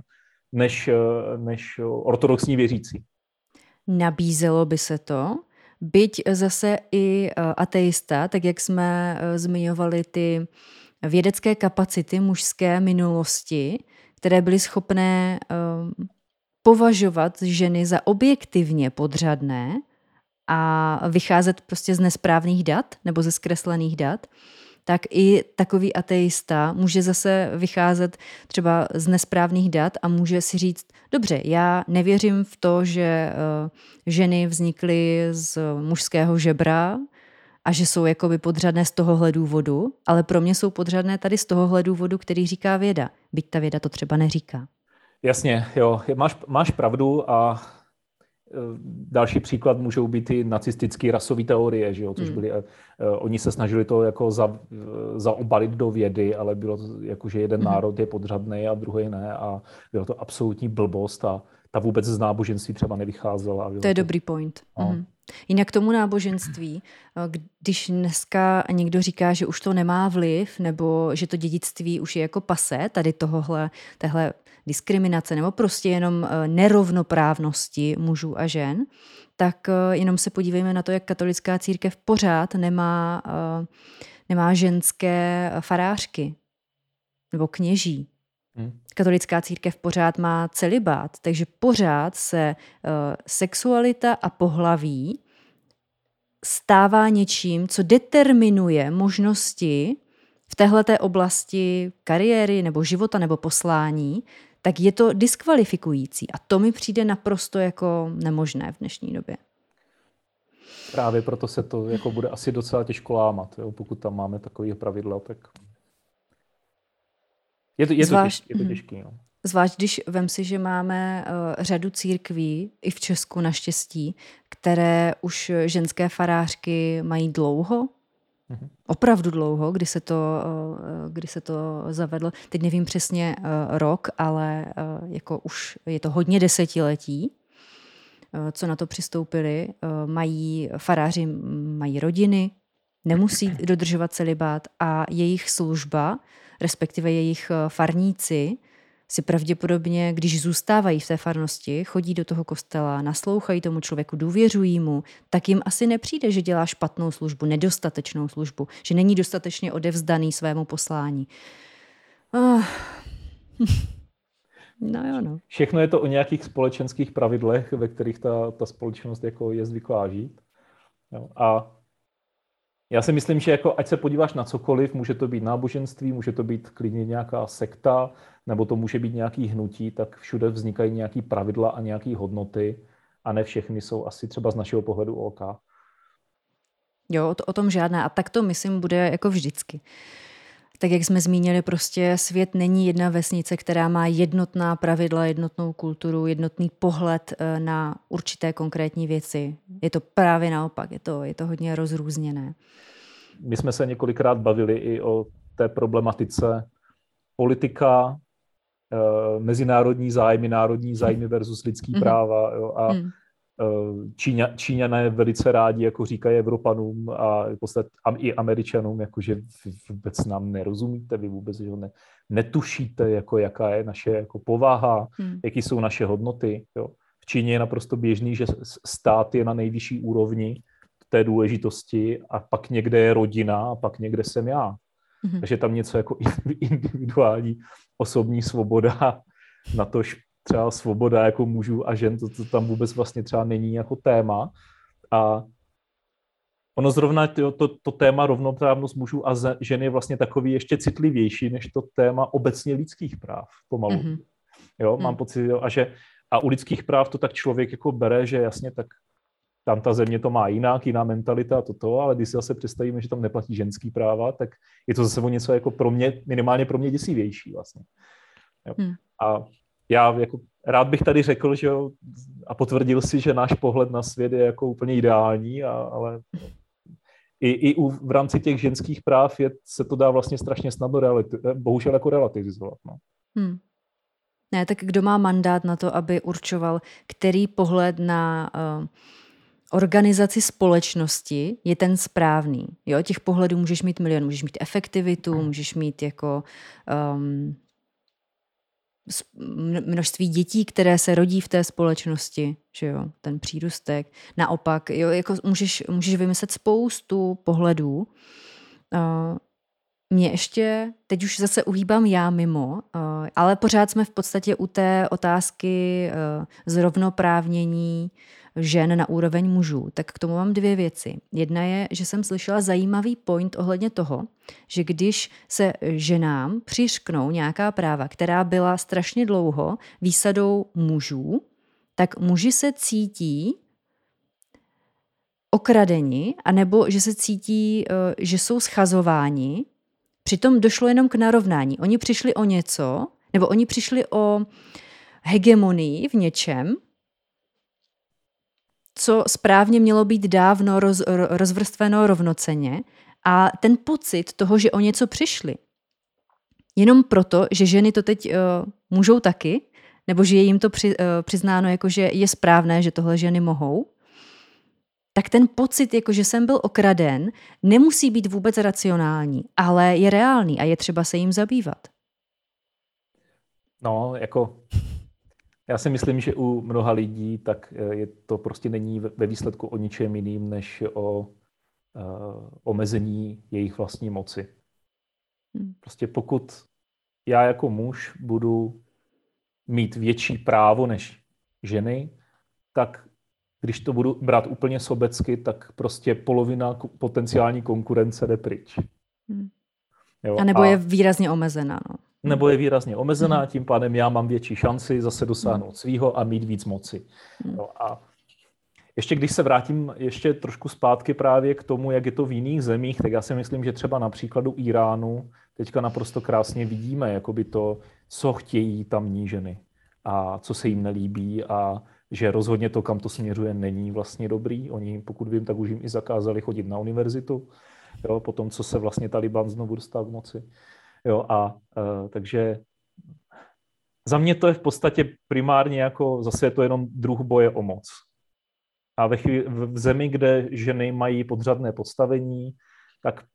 než ortodoxní věřící. Nabízelo by se to, byť zase i ateista, tak jak jsme zmiňovali ty vědecké kapacity mužské minulosti, které byly schopné považovat ženy za objektivně podřadné a vycházet prostě z nesprávných dat nebo ze zkreslených dat, tak i takový ateista může zase vycházet třeba z nesprávných dat a může si říct, dobře, já nevěřím v to, že ženy vznikly z mužského žebra a že jsou jakoby podřadné z tohohle důvodu, ale pro mě jsou podřadné tady z tohohle důvodu, který říká věda, byť ta věda to třeba neříká. Jasně, jo, máš pravdu a další příklad můžou být i nacistické rasové teorie, že jo, což byly, oni se snažili to jako zaobalit do vědy, ale bylo to jako, že jeden národ je podřadný a druhý ne a bylo to absolutní blbost a ta vůbec z náboženství třeba nevycházela. To je dobrý point. No. Jinak k tomu náboženství, když dneska někdo říká, že už to nemá vliv, nebo že to dědictví už je jako pasé, tady téhle diskriminace, nebo prostě jenom nerovnoprávnosti mužů a žen, tak jenom se podívejme na to, jak katolická církev pořád nemá ženské farářky nebo kněží. Katolická církev pořád má celibát, takže pořád se sexualita a pohlaví stává něčím, co determinuje možnosti v téhleté oblasti kariéry nebo života nebo poslání, tak je to diskvalifikující. A to mi přijde naprosto jako nemožné v dnešní době. Právě proto se to jako bude asi docela těžko lámat, jo? Pokud tam máme takové pravidla, tak je to těžký. No. Zvlášť, když vem si, že máme řadu církví, i v Česku naštěstí, které už ženské farářky mají dlouho, opravdu dlouho, kdy se to zavedlo. Teď nevím přesně rok, ale jako už je to hodně desetiletí, co na to přistoupili. Faráři mají rodiny, nemusí dodržovat celibát a jejich služba, respektive jejich farníci, si pravděpodobně, když zůstávají v té farnosti, chodí do toho kostela, naslouchají tomu člověku, důvěřují mu, tak jim asi nepřijde, že dělá špatnou službu, nedostatečnou službu, že není dostatečně odevzdaný svému poslání. No jo, no. Všechno je to o nějakých společenských pravidlech, ve kterých ta společnost jako je zvyklá žít. Jo. A já si myslím, že jako, ať se podíváš na cokoliv, může to být náboženství, může to být klidně nějaká sekta, nebo to může být nějaký hnutí, tak všude vznikají nějaký pravidla a nějaké hodnoty a ne všechny jsou asi třeba z našeho pohledu OK. Jo, o tom žádná. A tak to, myslím, bude jako vždycky. Tak jak jsme zmínili, prostě svět není jedna vesnice, která má jednotná pravidla, jednotnou kulturu, jednotný pohled na určité konkrétní věci. Je to právě naopak, je to hodně rozrůzněné. My jsme se několikrát bavili i o té problematice politika, mezinárodní zájmy, národní zájmy versus lidský práva. Jo, a Číňané velice rádi jako říkají Evropanům a i Američanům, jako, že vůbec nám nerozumíte, vy vůbec že netušíte, jako, jaká je naše jako, povaha, jaký jsou naše hodnoty. Jo. V Číně je naprosto běžný, že stát je na nejvyšší úrovni té důležitosti a pak někde je rodina a pak někde jsem já. Takže tam něco jako individuální osobní svoboda, natož třeba svoboda jako mužů a žen, to tam vůbec vlastně třeba není jako téma. A ono zrovna to téma rovnoprávnost mužů a žen je vlastně takový ještě citlivější než to téma obecně lidských práv pomalu. Jo, mám pocit, a u lidských práv to tak člověk jako bere, že jasně tak tam ta země to má jiná mentalita a toto, ale když si zase představíme, že tam neplatí ženský práva, tak je to zase o něco jako minimálně pro mě děsivější vlastně. Jo. A já jako rád bych tady řekl, že jo, a potvrdil si, že náš pohled na svět je jako úplně ideální, ale v rámci těch ženských práv se to dá vlastně strašně snadno bohužel jako relativizovat. No. Ne, tak kdo má mandát na to, aby určoval, který pohled na organizaci společnosti je ten správný. Jo, těch pohledů můžeš mít milion, můžeš mít efektivitu, můžeš mít jako množství dětí, které se rodí v té společnosti, že jo, ten přírůstek. Naopak, jo, jako můžeš vymyslet spoustu pohledů. Mě ještě, teď už zase uhýbám já mimo, ale pořád jsme v podstatě u té otázky zrovnoprávnění žen na úroveň mužů. Tak k tomu mám dvě věci. Jedna je, že jsem slyšela zajímavý point ohledně toho, že když se ženám přiřknou nějaká práva, která byla strašně dlouho výsadou mužů, tak muži se cítí okradeni, anebo že se cítí, že jsou schazováni. Přitom došlo jenom k narovnání. Oni přišli o něco, nebo oni přišli o hegemonii v něčem, co správně mělo být dávno rozvrstveno rovnocenně, a ten pocit toho, že o něco přišli, jenom proto, že ženy to teď můžou taky, nebo že je jim to přiznáno, jako že je správné, že tohle ženy mohou, tak ten pocit, jako že jsem byl okraden, nemusí být vůbec racionální, ale je reálný a je třeba se jim zabývat. No, jako já si myslím, že u mnoha lidí tak je to prostě není ve výsledku o ničem jiným, než o omezení jejich vlastní moci. Prostě pokud já jako muž budu mít větší právo než ženy, tak když to budu brát úplně sobecky, tak prostě polovina potenciální konkurence jde pryč. Jo, a nebo je výrazně omezená. No. Nebo je výrazně omezená, tím pádem já mám větší šanci zase dosáhnout svýho a mít víc moci. No a ještě když se vrátím ještě trošku zpátky právě k tomu, jak je to v jiných zemích, tak já si myslím, že třeba na příkladu Íránu teďka naprosto krásně vidíme, jakoby to, co chtějí tamní ženy a co se jim nelíbí a že rozhodně to, kam to směřuje, není vlastně dobrý. Oni, pokud vím, tak už jim i zakázali chodit na univerzitu, jo, po tom, co se vlastně Taliban znovu dostal k moci. Jo, takže za mě to je v podstatě primárně jako, zase je to jenom druh boje o moc. A v zemi, kde ženy mají podřadné postavení, tak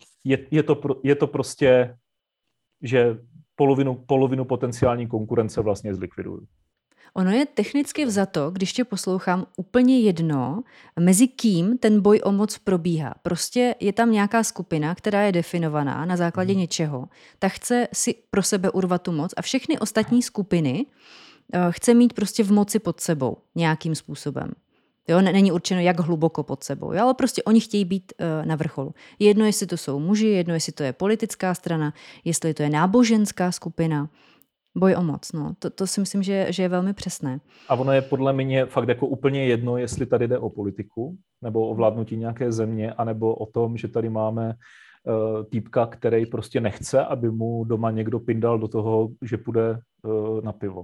je to prostě, že polovinu potenciální konkurence vlastně zlikvidují. Ono je technicky vzato, když tě poslouchám, úplně jedno, mezi kým ten boj o moc probíhá. Prostě je tam nějaká skupina, která je definovaná na základě něčeho, ta chce si pro sebe urvat tu moc a všechny ostatní skupiny chce mít prostě v moci pod sebou nějakým způsobem. Jo, není určeno, jak hluboko pod sebou, jo, ale prostě oni chtějí být na vrcholu. Jedno, jestli to jsou muži, jedno, jestli to je politická strana, jestli to je náboženská skupina. Boj o moc, no. To si myslím, že je velmi přesné. A ono je podle mě fakt jako úplně jedno, jestli tady jde o politiku, nebo o vládnutí nějaké země, anebo o tom, že tady máme týpka, který prostě nechce, aby mu doma někdo pindal do toho, že půjde na pivo.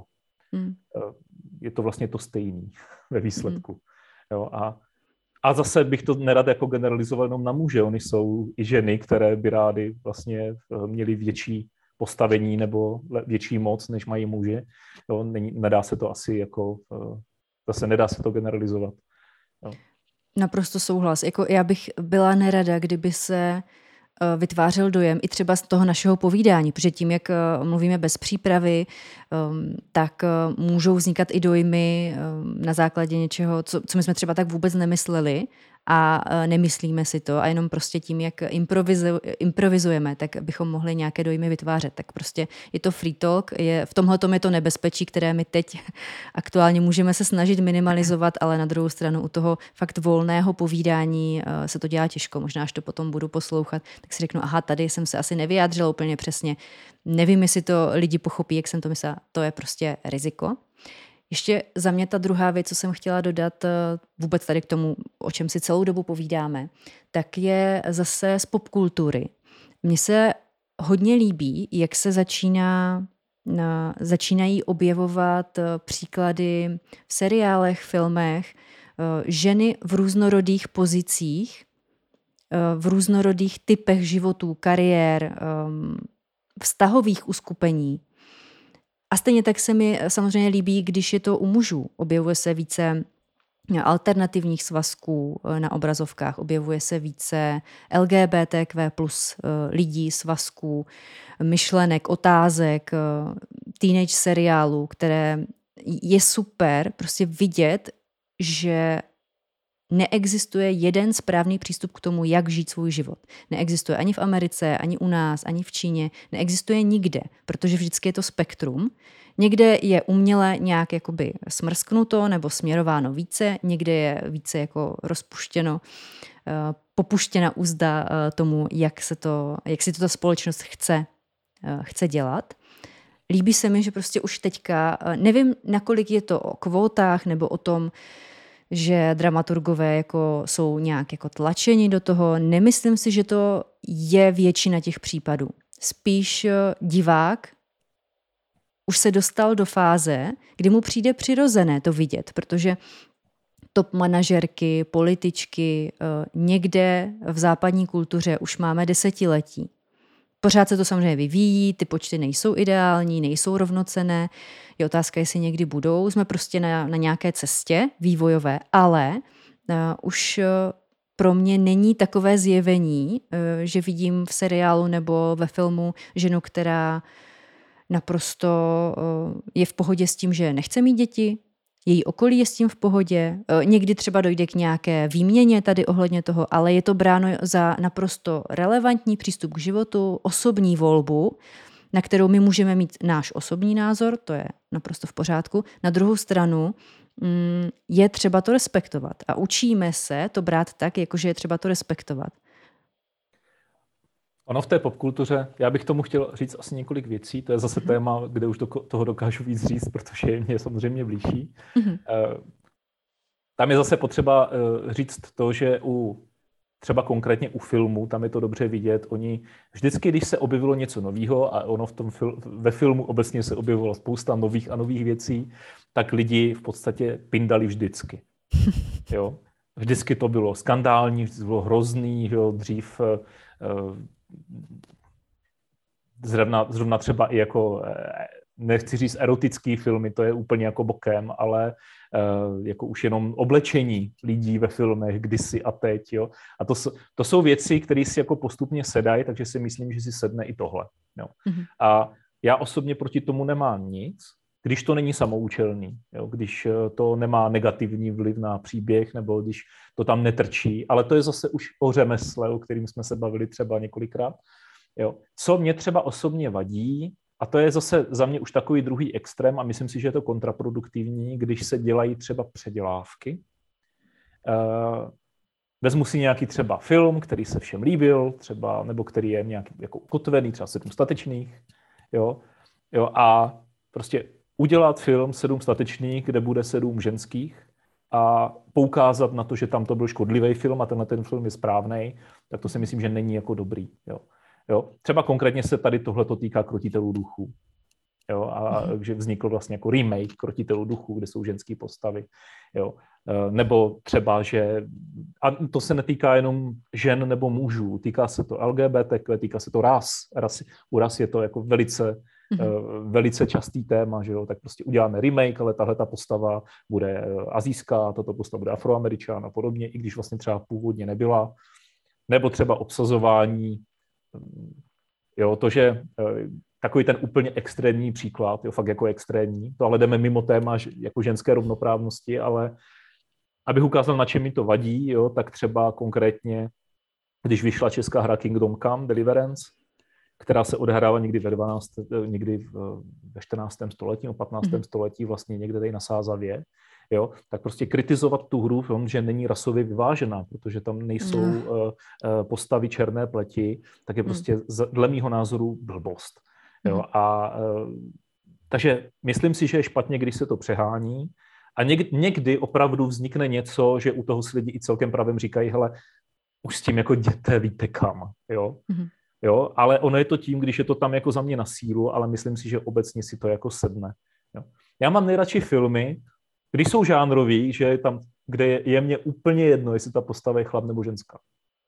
Je to vlastně to stejný ve výsledku. Jo, a zase bych to nerad jako generalizoval jenom na muže. Oni jsou i ženy, které by rády vlastně měly větší postavení nebo větší moc, než mají muži. Jo, nedá se to asi jako, zase nedá se to generalizovat. Jo. Naprosto souhlas. Jako já bych byla nerada, kdyby se vytvářel dojem i třeba z toho našeho povídání, protože tím, jak mluvíme bez přípravy, tak můžou vznikat i dojmy na základě něčeho, co my jsme třeba tak vůbec nemysleli a nemyslíme si to a jenom prostě tím, jak improvizujeme, tak bychom mohli nějaké dojmy vytvářet. Tak prostě je to free talk, v tomhletom je to nebezpečí, které my teď aktuálně můžeme se snažit minimalizovat, ale na druhou stranu u toho fakt volného povídání se to dělá těžko. Možná, až to potom budu poslouchat, tak si řeknu, aha, tady jsem se asi nevyjádřila úplně přesně. Nevím, jestli to lidi pochopí, jak jsem to myslela. To je prostě riziko. Ještě za mě ta druhá věc, co jsem chtěla dodat vůbec tady k tomu, o čem si celou dobu povídáme, tak je zase z popkultury. Mně se hodně líbí, jak se začínají objevovat příklady v seriálech, filmech, ženy v různorodých pozicích, v různorodých typech životů, kariér, vztahových uskupení. A stejně tak se mi samozřejmě líbí, když je to u mužů. Objevuje se více alternativních svazků na obrazovkách, objevuje se více LGBTQ plus lidí, svazků, myšlenek, otázek, teenage seriálů, které je super prostě vidět, že neexistuje jeden správný přístup k tomu, jak žít svůj život. Neexistuje ani v Americe, ani u nás, ani v Číně. Neexistuje nikde, protože vždycky je to spektrum. Někde je uměle nějak jakoby smrsknuto nebo směrováno více, někde je více jako rozpuštěno, popuštěna úzda tomu, jak si to ta společnost chce dělat. Líbí se mi, že prostě už teďka, nevím, nakolik je to o kvótách nebo o tom, že dramaturgové jako jsou nějak jako tlačeni do toho. Nemyslím si, že to je většina těch případů. Spíš divák už se dostal do fáze, kdy mu přijde přirozené to vidět, protože top manažerky, političky někde v západní kultuře už máme desetiletí. Pořád se to samozřejmě vyvíjí, ty počty nejsou ideální, nejsou rovnocenné. Je otázka, jestli někdy budou. Jsme prostě na nějaké cestě vývojové, ale už pro mě není takové zjevení, že vidím v seriálu nebo ve filmu ženu, která naprosto je v pohodě s tím, že nechce mít děti, její okolí je s tím v pohodě, někdy třeba dojde k nějaké výměně tady ohledně toho, ale je to bráno za naprosto relevantní přístup k životu, osobní volbu, na kterou my můžeme mít náš osobní názor, to je naprosto v pořádku. Na druhou stranu je třeba to respektovat a učíme se to brát tak, jakože je třeba to respektovat. Ono v té popkultuře, já bych tomu chtěl říct asi několik věcí, to je zase téma, kde už toho dokážu víc říct, protože je mě samozřejmě blížší. Tam je zase potřeba říct to, že třeba konkrétně u filmu, tam je to dobře vidět, oni vždycky, když se objevilo něco nového a ono ve filmu obecně se objevilo spousta nových a nových věcí, tak lidi v podstatě pindali vždycky. Jo? Vždycky to bylo skandální, vždycky bylo hrozný, jo? Dřív zrovna třeba i jako, nechci říct erotický filmy, to je úplně jako bokem, ale jako už jenom oblečení lidí ve filmech kdysi a teď. Jo? A to jsou věci, které si jako postupně sedají, takže si myslím, že si sedne i tohle. Jo? A já osobně proti tomu nemám nic, když to není samoučelný, jo? Když to nemá negativní vliv na příběh, nebo když to tam netrčí, ale to je zase už o řemesle, o kterým jsme se bavili třeba několikrát. Jo? Co mě třeba osobně vadí, a to je zase za mě už takový druhý extrém a myslím si, že je to kontraproduktivní, když se dělají třeba předělávky. Vezmu si nějaký třeba film, který se všem líbil, třeba, nebo který je nějaký jako ukotvený, třeba 7 statečných, jo, a prostě udělat film 7 statečných, kde bude 7 ženských a poukázat na to, že tam to byl škodlivý film a ten film je správnej, tak to si myslím, že není jako dobrý, jo. Jo? Třeba konkrétně se tady tohleto týká Krotitelů duchů. Jo? A že vznikl vlastně jako remake Krotitelů duchů, kde jsou ženské postavy. Jo? Nebo třeba, že... A to se netýká jenom žen nebo mužů, týká se to LGBTQ, týká se to u ras je to jako velice častý téma, že jo? Tak prostě uděláme remake, ale tahleta postava bude asijská, tato postava bude Afroameričan a podobně, i když vlastně třeba původně nebyla. Nebo třeba obsazování. Jo, to, že takový ten úplně extrémní příklad, jo, fakt jako extrémní, to ale jdeme mimo téma jako ženské rovnoprávnosti, ale abych ukázal, na čem mi to vadí, jo, tak třeba konkrétně, když vyšla česká hra Kingdom Come Deliverance, která se odehrává někdy ve 14. století, 15. století, vlastně někde tady na Sázavě, jo, tak prostě kritizovat tu hru, že není rasově vyvážená, protože tam nejsou postavy černé pleti, tak je prostě dle mýho názoru blbost. Jo, takže myslím si, že je špatně, když se to přehání a někdy opravdu vznikne něco, že u toho si lidi i celkem pravem říkají, hele, už s tím jako jděte, víte kam, jo. Jo, ale ono je to tím, když je to tam jako za mě na sílu, ale myslím si, že obecně si to jako sedne. Jo. Já mám nejradši filmy, když jsou žánroví, že je tam, kde je mně úplně jedno, jestli ta postava je chlap nebo ženská.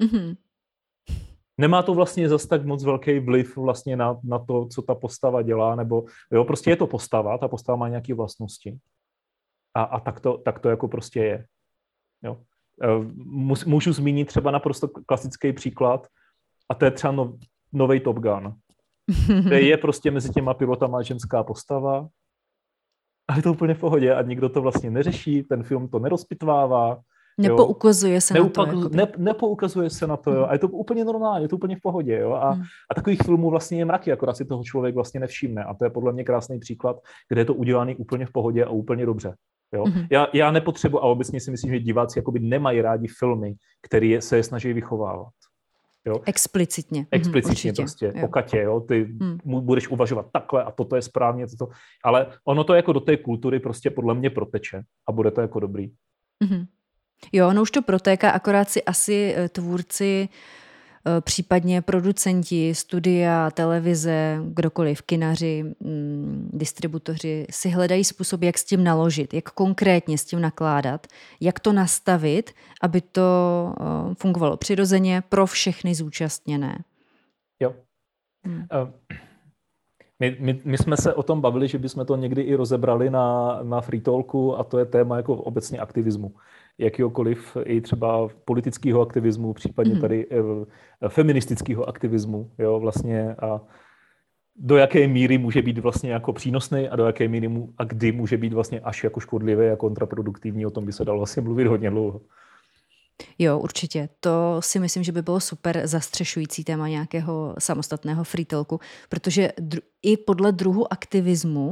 Nemá to vlastně zas tak moc velký vliv vlastně na to, co ta postava dělá, nebo jo, prostě je to postava, ta postava má nějaké vlastnosti. A tak to jako prostě je. Jo. Můžu zmínit třeba naprosto klasický příklad, a to je třeba novej Top Gun, kde je prostě mezi těma pilotama ženská postava, a je to úplně v pohodě a nikdo to vlastně neřeší, ten film to nerozpitvává. Nepoukazuje se na to. Nepoukazuje se na to, jo. A je to úplně normálně, je to úplně v pohodě. Jo. A takových filmů vlastně je mraky, akorát si toho člověk vlastně nevšimne. A to je podle mě krásný příklad, kde je to udělaný úplně v pohodě a úplně dobře. Jo. Já nepotřebuji, a obecně si myslím, že diváci jakoby nemají rádi filmy, které se je snaží vychovávat. Jo? Explicitně prostě, po katě, jo? Ty budeš uvažovat takhle a toto je správně, toto. Ale ono to jako do té kultury prostě podle mě proteče a bude to jako dobrý. Jo, ono už to protéká, akorát si asi tvůrci, případně producenti, studia, televize, kdokoliv, kinaři, distributoři si hledají způsob, jak s tím naložit, jak konkrétně s tím nakládat, jak to nastavit, aby to fungovalo přirozeně pro všechny zúčastněné. Jo. My jsme se o tom bavili, že bychom to někdy i rozebrali na Free Talku, a to je téma jako obecně aktivismu. Jakýhokoliv i třeba politického aktivismu, případně tady feministického aktivismu, jo, vlastně, a do jaké míry může být vlastně jako přínosný a do jaké míry a kdy může být vlastně až jako škodlivý a kontraproduktivní, o tom by se dalo vlastně mluvit hodně dlouho. Jo, určitě. To si myslím, že by bylo super zastřešující téma nějakého samostatného free talku, protože i podle druhu aktivismu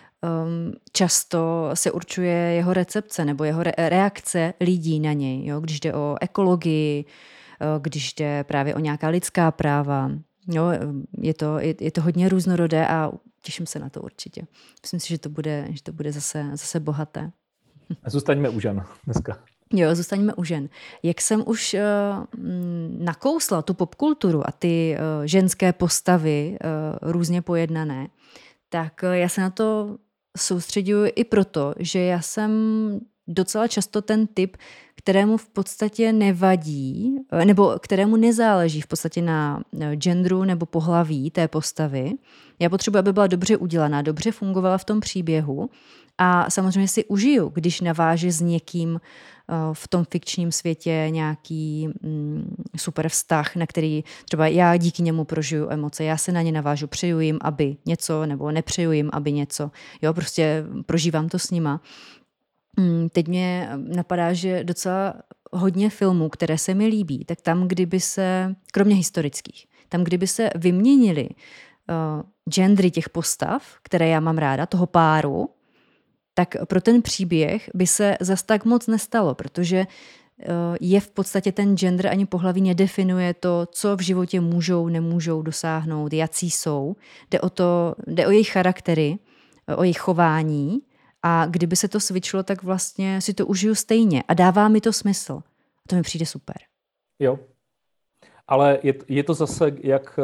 často se určuje jeho recepce nebo jeho reakce lidí na něj. Jo? Když jde o ekologii, když jde právě o nějaká lidská práva. Jo? Je to hodně různorodé a těším se na to určitě. Myslím si, že to bude zase bohaté. Zůstaňme u žen dneska. Jo, zůstaňme u žen. Jak jsem už nakousla tu popkulturu a ty ženské postavy různě pojednané, tak já se na to soustředuji i proto, že já jsem docela často ten typ, kterému v podstatě nevadí, nebo kterému nezáleží v podstatě na genderu nebo pohlaví té postavy. Já potřebuji, aby byla dobře udělaná, dobře fungovala v tom příběhu a samozřejmě si užiju, když naváže s někým v tom fikčním světě nějaký super vztah, na který třeba já díky němu prožiju emoce, já se na ně navážu, přeju jim, aby něco, nebo nepřeju jim, aby něco. Jo, prostě prožívám to s nima. Teď mě napadá, že docela hodně filmů, které se mi líbí, tak tam, kdyby se, kromě historických, tam, kdyby se vyměnili gendry těch postav, které já mám ráda, toho páru, tak pro ten příběh by se zas tak moc nestalo, protože je v podstatě ten gender ani pohlaví nedefinuje to, co v životě můžou, nemůžou dosáhnout, jací jsou. Jde o jejich charaktery, o jejich chování a kdyby se to switchlo, tak vlastně si to užiju stejně a dává mi to smysl. A to mi přijde super. Jo, ale je to zase jak...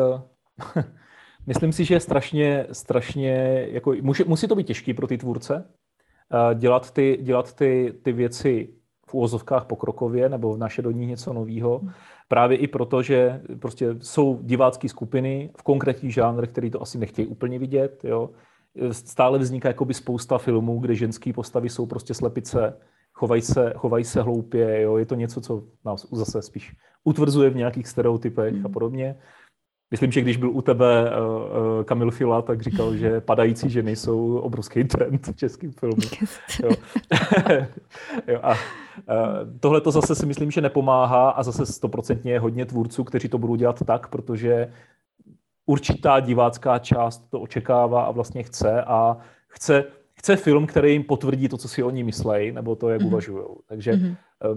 Myslím si, že je strašně jako, musí to být těžký pro ty tvůrce, dělat ty věci v uvozovkách pokrokově nebo vnášet do ní něco nového. Právě i proto, že prostě jsou divácké skupiny v konkrétních žánrech, který to asi nechtějí úplně vidět. Jo. Stále vzniká jakoby spousta filmů, kde ženské postavy jsou prostě slepice, chovají se hloupě. Jo. Je to něco, co nás zase spíš utvrzuje v nějakých stereotypech a podobně. Myslím, že když byl u tebe Kamil Fila, tak říkal, že padající ženy jsou obrovský trend v českém filmu. Jo. Jo, a tohle to zase si myslím, že nepomáhá a zase 100% je hodně tvůrců, kteří to budou dělat tak, protože určitá divácká část to očekává a vlastně chce film, který jim potvrdí to, co si oni myslejí, nebo to, jak uvažujou. Takže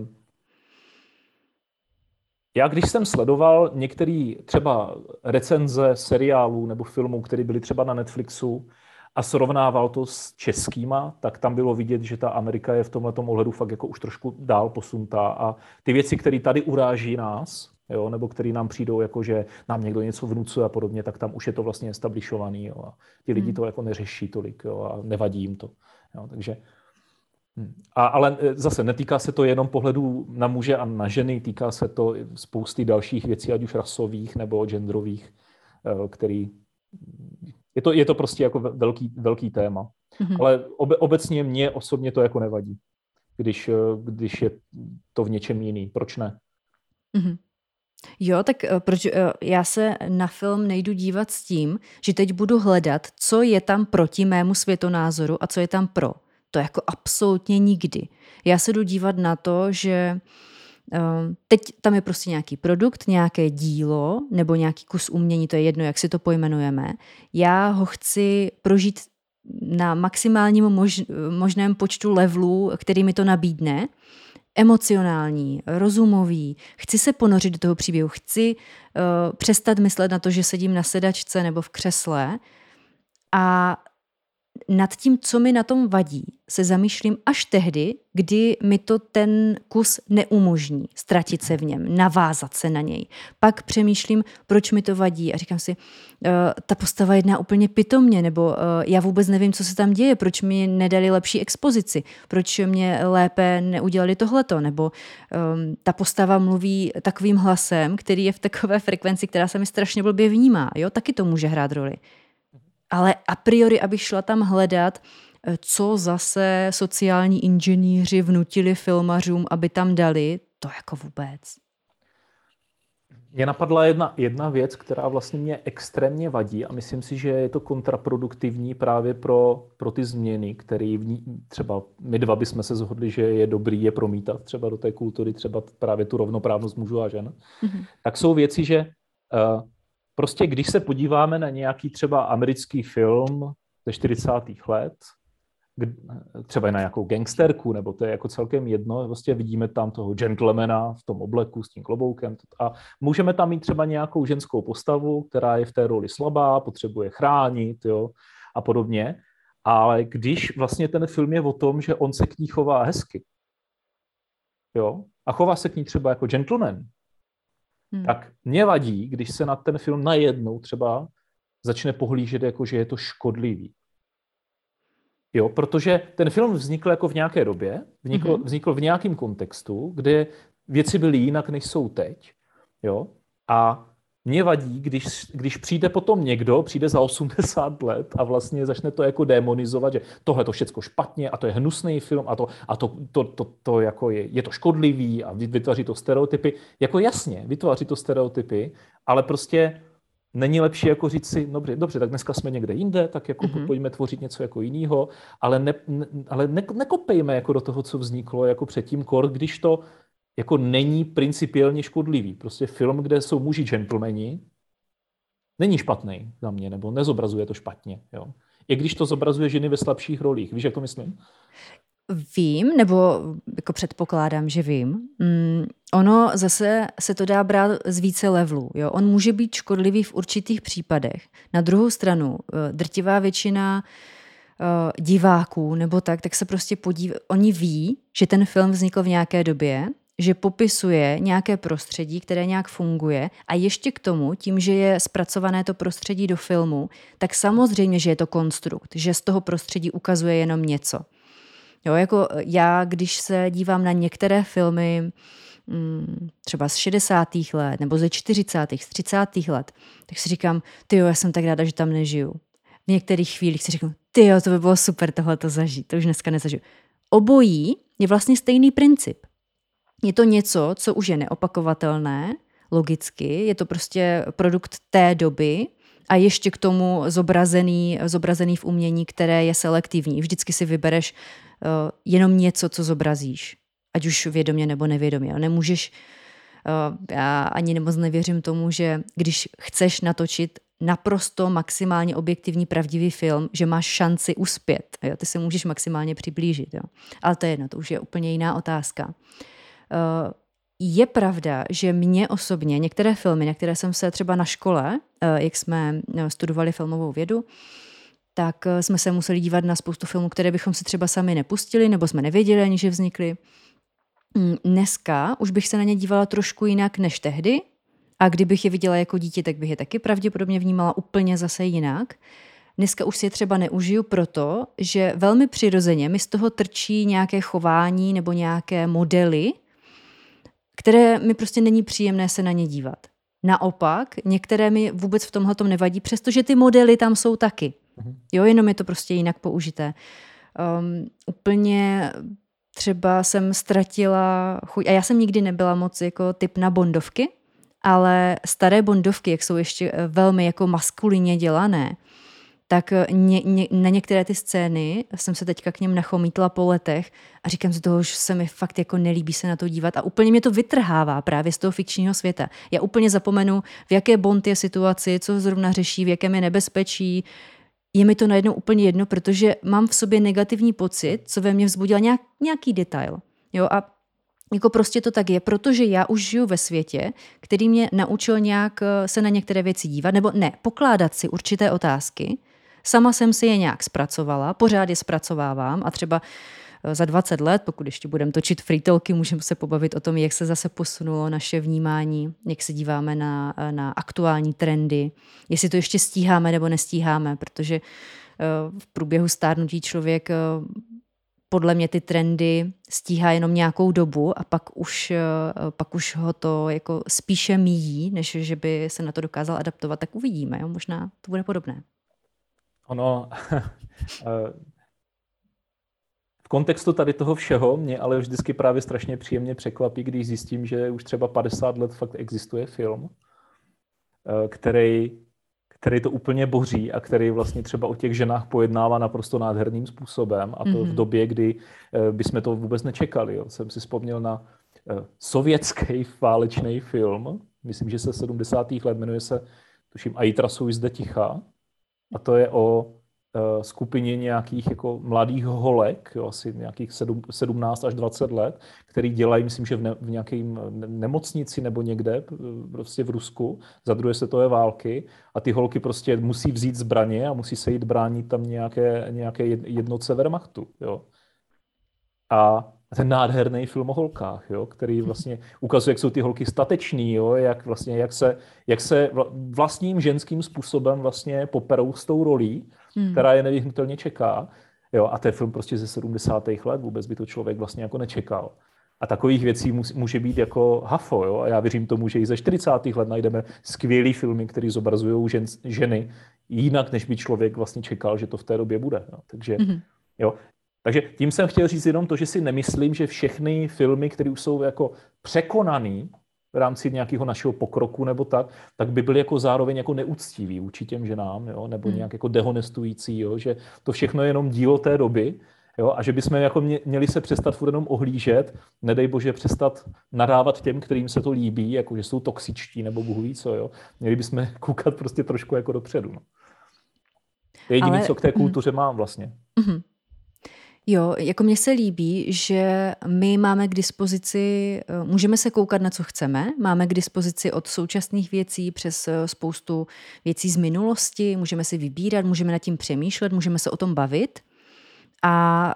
já, když jsem sledoval některé třeba recenze seriálů nebo filmů, které byly třeba na Netflixu a srovnával to s českýma, tak tam bylo vidět, že ta Amerika je v tomhletom ohledu fakt jako už trošku dál posunutá a ty věci, které tady uráží nás, jo, nebo které nám přijdou, jako že nám někdo něco vnucuje a podobně, tak tam už je to vlastně establishovaný, jo, a ti lidi to jako neřeší tolik, jo, a nevadí jim to. Jo, takže ale zase netýká se to jenom pohledu na muže a na ženy, týká se to spousty dalších věcí, ať už rasových nebo genderových, který... Je to prostě jako velký téma. Ale obecně mně osobně to jako nevadí, když je to v něčem jiný. Proč ne? Jo, tak proč já se na film nejdu dívat s tím, že teď budu hledat, co je tam proti mému světonázoru a co je tam pro. To jako absolutně nikdy. Já se jdu dívat na to, že teď tam je prostě nějaký produkt, nějaké dílo nebo nějaký kus umění, to je jedno, jak si to pojmenujeme. Já ho chci prožít na maximálním možném počtu levelů, který mi to nabídne. Emocionální, rozumový. Chci se ponořit do toho příběhu. Chci přestat myslet na to, že sedím na sedačce nebo v křesle a nad tím, co mi na tom vadí, se zamýšlím až tehdy, kdy mi to ten kus neumožní ztratit se v něm, navázat se na něj. Pak přemýšlím, proč mi to vadí a říkám si, ta postava jedná úplně pitomně, nebo já vůbec nevím, co se tam děje, proč mi nedali lepší expozici, proč mě lépe neudělali tohleto, nebo ta postava mluví takovým hlasem, který je v takové frekvenci, která se mi strašně blbě vnímá. Jo? Taky to může hrát roli. Ale a priori, abych šla tam hledat, co zase sociální inženýři vnutili filmařům, aby tam dali, to jako vůbec. Mě napadla jedna věc, která vlastně mě extrémně vadí a myslím si, že je to kontraproduktivní právě pro ty změny, které třeba my dva bychom se shodli, že je dobrý je promítat třeba do té kultury, třeba právě tu rovnoprávnost mužů a žen. Tak jsou věci, že prostě když se podíváme na nějaký třeba americký film ze 40. let, třeba na nějakou gangsterku, nebo to je jako celkem jedno, prostě vidíme tam toho gentlemana v tom obleku s tím kloboukem a můžeme tam mít třeba nějakou ženskou postavu, která je v té roli slabá, potřebuje chránit, jo, a podobně, ale když vlastně ten film je o tom, že on se k ní chová hezky, jo, a chová se k ní třeba jako gentleman, tak mě vadí, když se na ten film najednou třeba začne pohlížet jako, že je to škodlivý. Jo, protože ten film vznikl jako v nějaké době, vznikl v nějakém kontextu, kde věci byly jinak, než jsou teď. Jo? A mě vadí, když přijde potom někdo, přijde za 80 let a vlastně začne to jako démonizovat, že tohle to všecko špatně a to je hnusný film a to jako je to škodlivý a vytváří to stereotypy. Jako jasně, vytváří to stereotypy, ale prostě není lepší jako říct si, dobře, tak dneska jsme někde jinde, tak jako pojďme tvořit něco jako jiného, ale nekopejme jako do toho, co vzniklo jako předtím kor, když to jako není principiálně škodlivý. Prostě film, kde jsou muži gentlemani, není špatný za mě, nebo nezobrazuje to špatně. Jo? I když to zobrazuje ženy ve slabších rolích. Víš, jak to myslím? Vím, nebo jako předpokládám, že vím. Ono zase se to dá brát z více levelů. Jo? On může být škodlivý v určitých případech. Na druhou stranu, drtivá většina diváků nebo tak se prostě oni ví, že ten film vznikl v nějaké době, že popisuje nějaké prostředí, které nějak funguje a ještě k tomu, tím, že je zpracované to prostředí do filmu, tak samozřejmě, že je to konstrukt, že z toho prostředí ukazuje jenom něco. Jo, jako já, když se dívám na některé filmy třeba z 60. let nebo ze 40., z 30. let, tak si říkám, já jsem tak ráda, že tam nežiju. V některých chvílích si říkám, to by bylo super tohleto zažít, to už dneska nezažiju. Obojí je vlastně stejný princip. Je to něco, co už je neopakovatelné, logicky, je to prostě produkt té doby a ještě k tomu zobrazený v umění, které je selektivní. Vždycky si vybereš jenom něco, co zobrazíš, ať už vědomě nebo nevědomě. Nemůžeš, já ani moc nevěřím tomu, že když chceš natočit naprosto maximálně objektivní pravdivý film, že máš šanci uspět. Jo? Ty se můžeš maximálně přiblížit. Jo? Ale to je jedno, to už je úplně jiná otázka. Je pravda, že mě osobně některé filmy, na které jsem se třeba na škole, jak jsme studovali filmovou vědu, tak jsme se museli dívat na spoustu filmů, které bychom si třeba sami nepustili, nebo jsme nevěděli ani, že vznikly. Dneska už bych se na ně dívala trošku jinak než tehdy a kdybych je viděla jako dítě, tak bych je taky pravděpodobně vnímala úplně zase jinak. Dneska už si je třeba neužiju proto, že velmi přirozeně mi z toho trčí nějaké chování nebo nějaké modely, které mi prostě není příjemné se na ně dívat. Naopak, některé mi vůbec v tomhletom nevadí, přestože ty modely tam jsou taky. Jo, jenom je to prostě jinak použité. Úplně třeba jsem ztratila chuť, a já jsem nikdy nebyla moc jako typ na bondovky, ale staré bondovky, jak jsou ještě velmi jako maskulinně dělané, tak na některé ty scény jsem se teďka k něm nachomítla po letech a říkám si toho, že se mi fakt jako nelíbí se na to dívat a úplně mě to vytrhává právě z toho fikčního světa. Já úplně zapomenu, v jaké Bond je situaci, co zrovna řeší, v jakém je nebezpečí. Je mi to najednou úplně jedno, protože mám v sobě negativní pocit, co ve mně vzbudil nějaký detail. Jo, a jako prostě to tak je, protože já už žiju ve světě, který mě naučil nějak se na některé věci dívat, nebo ne, pokládat si určité otázky, Sama jsem si je nějak zpracovala, pořád je zpracovávám a třeba za 20 let, pokud ještě budeme točit free talky, můžeme se pobavit o tom, jak se zase posunulo naše vnímání, jak se díváme na aktuální trendy, jestli to ještě stíháme nebo nestíháme, protože v průběhu stárnutí člověk podle mě ty trendy stíhá jenom nějakou dobu a pak už ho to jako spíše míjí, než že by se na to dokázal adaptovat, tak uvidíme. Jo? Možná to bude podobné. Ono, v kontextu tady toho všeho mě ale vždycky právě strašně příjemně překvapí, když zjistím, že už třeba 50 let fakt existuje film, který to úplně boří a který vlastně třeba o těch ženách pojednává naprosto nádherným způsobem a to v době, kdy bychom to vůbec nečekali. Jo. Jsem si vzpomněl na sovětský válečný film, myslím, že se 70. let, jmenuje se, tuším, A Jitra jsou zde ticha, a to je o skupině nějakých jako mladých holek, jo, asi nějakých 17 až 20 let, který dělají, myslím, že v nějakém nemocnici nebo někde, prostě v Rusku, za druhé světové války, a ty holky prostě musí vzít zbraně a musí se jít bránit tam nějaké jednotce Wehrmachtu. Jo. A ten nádherný film o holkách, jo, který vlastně ukazuje, jak jsou ty holky stateční, jo, jak se vlastním ženským způsobem vlastně poperou s tou rolí, která je nevyhnutelně čeká. Jo, a to je film prostě ze 70. let, vůbec by to člověk vlastně jako nečekal. A takových věcí může být jako hafo. Jo? A já věřím tomu, že i ze 40. let najdeme skvělý filmy, které zobrazují ženy jinak, než by člověk vlastně čekal, že to v té době bude. Jo? Takže tím jsem chtěl říct jenom to, že si nemyslím, že všechny filmy, které už jsou jako překonaný v rámci nějakého našeho pokroku nebo tak by byly jako zároveň jako neúctivý vůči těm ženám, jo? Nebo nějak jako dehonestující, jo? Že to všechno je jenom dílo té doby. Jo, a že bychom jako měli se přestat furt jenom ohlížet, nedej bože přestat nadávat těm, kterým se to líbí, jako že jsou toxičtí nebo Bůh ví co, jo. Měli bychom koukat prostě trošku jako dopředu. No. To je jediné, co k té kultuře mám vlastně. Jo, jako mně se líbí, že my máme k dispozici, můžeme se koukat na co chceme, máme k dispozici od současných věcí přes spoustu věcí z minulosti, můžeme si vybírat, můžeme nad tím přemýšlet, můžeme se o tom bavit. A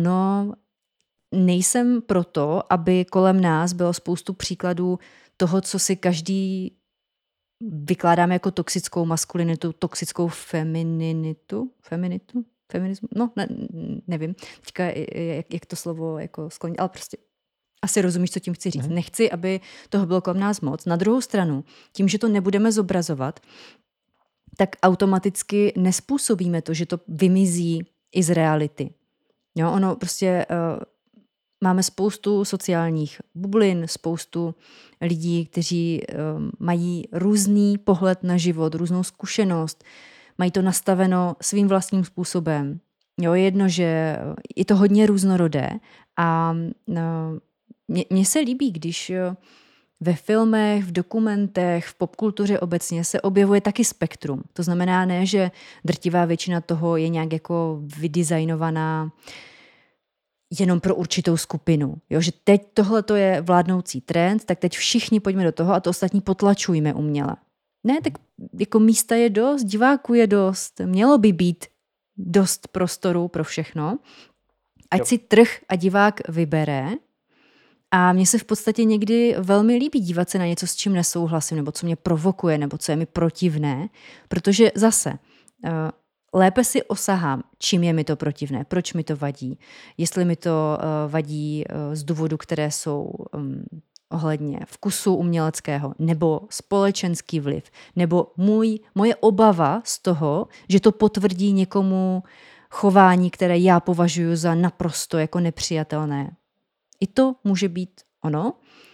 nejsem proto, aby kolem nás bylo spoustu příkladů toho, co si každý vykládáme jako toxickou maskulinitu, toxickou feminismu, no nevím, teďka jak to slovo jako sklonit, ale prostě asi rozumíš, co tím chci říct. Nechci, aby toho bylo kolem nás moc. Na druhou stranu, tím, že to nebudeme zobrazovat, tak automaticky nespůsobíme to, že to vymizí i z reality. Jo, ono prostě máme spoustu sociálních bublin, spoustu lidí, kteří mají různý pohled na život, různou zkušenost, mají to nastaveno svým vlastním způsobem. Jo, je jedno, že je to hodně různorodé a mně se líbí, když ve filmech, v dokumentech, v popkultuře obecně se objevuje taky spektrum. To znamená ne, že drtivá většina toho je nějak jako vydesignovaná jenom pro určitou skupinu. Jo, že teď tohle to je vládnoucí trend, tak teď všichni pojďme do toho a to ostatní potlačujme uměle. Ne, tak jako místa je dost, diváků je dost, mělo by být dost prostoru pro všechno. Ať si trh a divák vybere. A mně se v podstatě někdy velmi líbí dívat se na něco, s čím nesouhlasím, nebo co mě provokuje, nebo co je mi protivné, protože zase lépe si osahám, čím je mi to protivné, proč mi to vadí, jestli mi to vadí z důvodu, které jsou ohledně vkusu uměleckého, nebo společenský vliv, nebo moje obava z toho, že to potvrdí někomu chování, které já považuji za naprosto jako nepřijatelné. I to může být ono.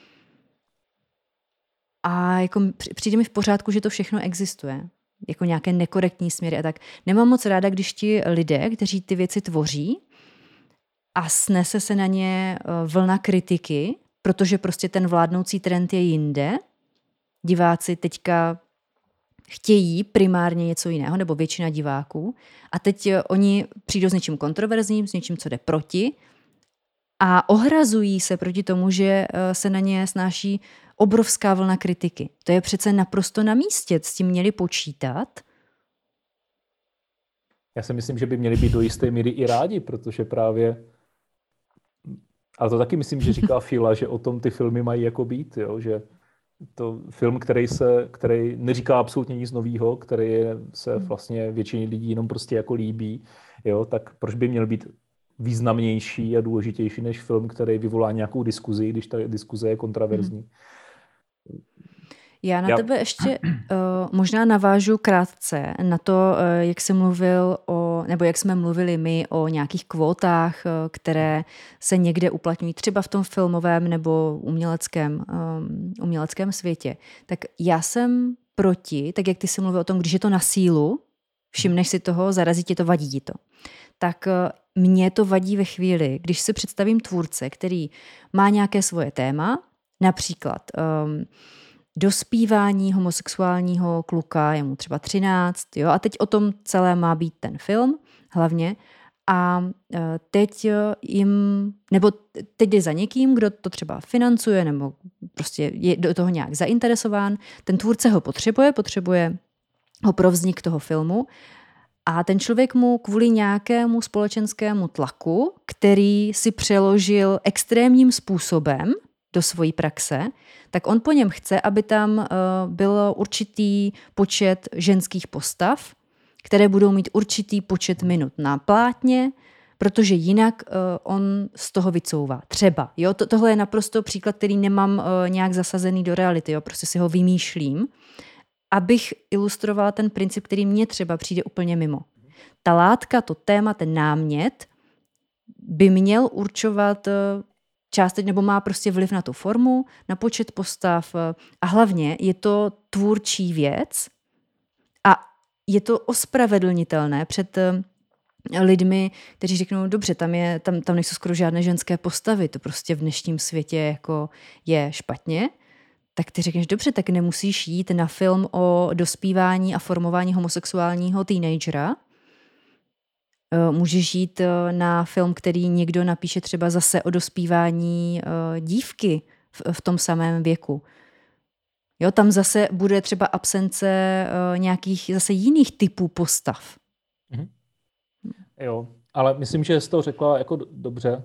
A jako přijde mi v pořádku, že to všechno existuje. Jako nějaké nekorektní směry a tak. Nemám moc ráda, když ti lidé, kteří ty věci tvoří a snese se na ně vlna kritiky, protože prostě ten vládnoucí trend je jinde. Diváci teďka chtějí primárně něco jiného, nebo většina diváků. A teď oni přijdou s něčím kontroverzním, s něčím, co jde proti, a ohrazují se proti tomu, že se na ně snáší obrovská vlna kritiky. To je přece naprosto na místě, s tím měli počítat. Já si myslím, že by měli být do jisté míry i rádi, protože právě, ale to taky myslím, že říká Fila, že o tom ty filmy mají jako být, jo? Že to film, který neříká absolutně nic nového, který se vlastně většině lidí jenom prostě jako líbí, jo? Tak proč by měl být významnější a důležitější než film, který vyvolá nějakou diskuzi, když ta diskuze je kontraverzní. Já na tebe ještě možná navážu krátce na to, jak jsem mluvil nebo jak jsme mluvili my o nějakých kvótách, které se někde uplatňují třeba v tom filmovém nebo uměleckém světě. Tak já jsem proti, tak jak ty jsi mluvil o tom, když je to na sílu, všimneš si toho, zarazí tě to, vadí ti to. Tak mně to vadí ve chvíli, když si představím tvůrce, který má nějaké svoje téma, například dospívání homosexuálního kluka, je mu třeba 13, jo, a teď o tom celé má být ten film hlavně a teď jde za někým, kdo to třeba financuje nebo prostě je do toho nějak zainteresován, ten tvůrce ho potřebuje ho pro vznik toho filmu a ten člověk mu kvůli nějakému společenskému tlaku, který si přeložil extrémním způsobem do svojí praxe, tak on po něm chce, aby tam bylo určitý počet ženských postav, které budou mít určitý počet minut na plátně, protože jinak on z toho vycouvá. Třeba. Jo? Tohle je naprosto příklad, který nemám nějak zasazený do reality. Jo? Prostě si ho vymýšlím, abych ilustrovala ten princip, který mně třeba přijde úplně mimo. Ta látka, to téma, ten námět by měl určovat částečně, nebo má prostě vliv na tu formu, na počet postav a hlavně je to tvůrčí věc a je to ospravedlnitelné před lidmi, kteří řeknou, dobře, tam nejsou skoro žádné ženské postavy, to prostě v dnešním světě jako je špatně, tak ty řekneš, dobře, tak nemusíš jít na film o dospívání a formování homosexuálního teenagera, můžeš jít na film, který někdo napíše třeba zase o dospívání dívky v tom samém věku. Jo, tam zase bude třeba absence nějakých zase jiných typů postav. Jo, ale myslím, že jsi to řekla jako dobře.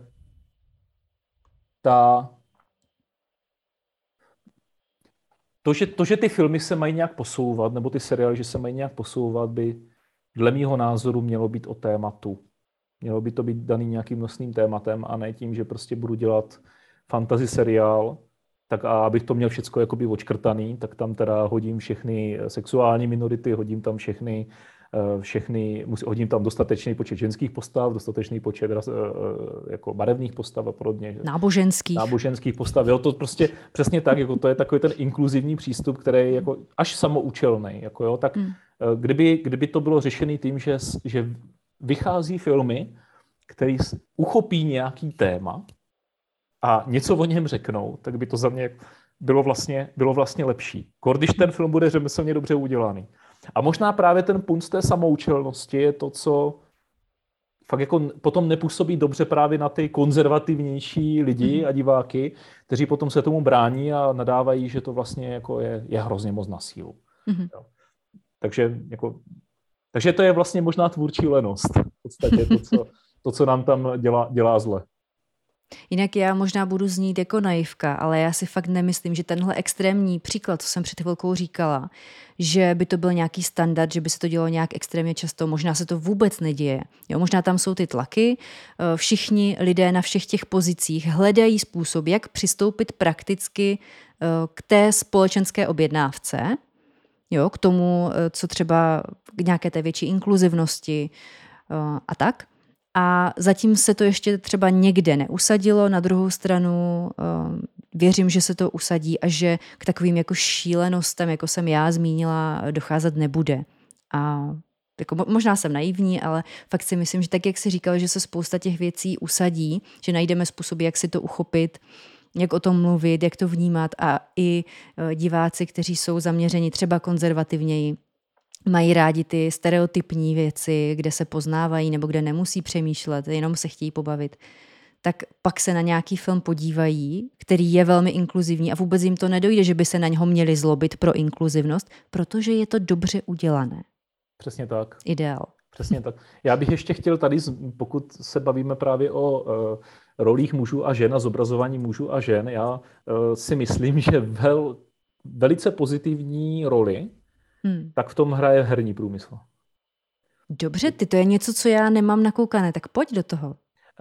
To, že ty filmy se mají nějak posouvat, nebo ty seriály, že se mají nějak posouvat, by dle mýho názoru mělo být o tématu. Mělo by to být daný nějakým nosným tématem a ne tím, že prostě budu dělat fantasy seriál, tak a abych to měl všecko jakoby odškrtaný, tak tam teda hodím všechny sexuální minority, hodím tam hodím tam dostatečný počet ženských postav, dostatečný počet jako barevných postav a podobně. Náboženských postav. Jo, to prostě přesně tak, jako to je takový ten inkluzivní přístup, který je jako až samoučelný. Jako jo, tak kdyby to bylo řešený tím, že vychází filmy, který uchopí nějaký téma a něco o něm řeknou, tak by to za mě bylo vlastně lepší. Když ten film bude řemeslně dobře udělaný. A možná právě ten punc té samoučelnosti je to, co fakt jako potom nepůsobí dobře právě na ty konzervativnější lidi a diváky, kteří potom se tomu brání a nadávají, že to vlastně jako je hrozně moc na sílu. Jo. Takže to je vlastně možná tvůrčí lenost. V podstatě to, co nám tam dělá zle. Jinak já možná budu znít jako naivka, ale já si fakt nemyslím, že tenhle extrémní příklad, co jsem před chvilkou říkala, že by to byl nějaký standard, že by se to dělo nějak extrémně často, možná se to vůbec neděje. Jo, možná tam jsou ty tlaky, všichni lidé na všech těch pozicích hledají způsob, jak přistoupit prakticky k té společenské objednávce, jo, k tomu, co třeba k nějaké té větší inkluzivnosti a tak. A zatím se to ještě třeba někde neusadilo, na druhou stranu věřím, že se to usadí a že k takovým jako šílenostem, jako jsem já zmínila, docházet nebude. A jako možná jsem naivní, ale fakt si myslím, že tak, jak jsi říkal, že se spousta těch věcí usadí, že najdeme způsoby, jak si to uchopit, jak o tom mluvit, jak to vnímat a i diváci, kteří jsou zaměřeni třeba konzervativněji, mají rádi ty stereotypní věci, kde se poznávají nebo kde nemusí přemýšlet, jenom se chtějí pobavit, tak pak se na nějaký film podívají, který je velmi inkluzivní a vůbec jim to nedojde, že by se na něho měli zlobit pro inkluzivnost, protože je to dobře udělané. Přesně tak. Ideál. Přesně tak. Já bych ještě chtěl tady, pokud se bavíme právě o rolích mužů a žen a zobrazování mužů a žen, já si myslím, že velice pozitivní roli, tak v tom hraje herní průmysl. Dobře, to je něco, co já nemám nakoukané, tak pojď do toho.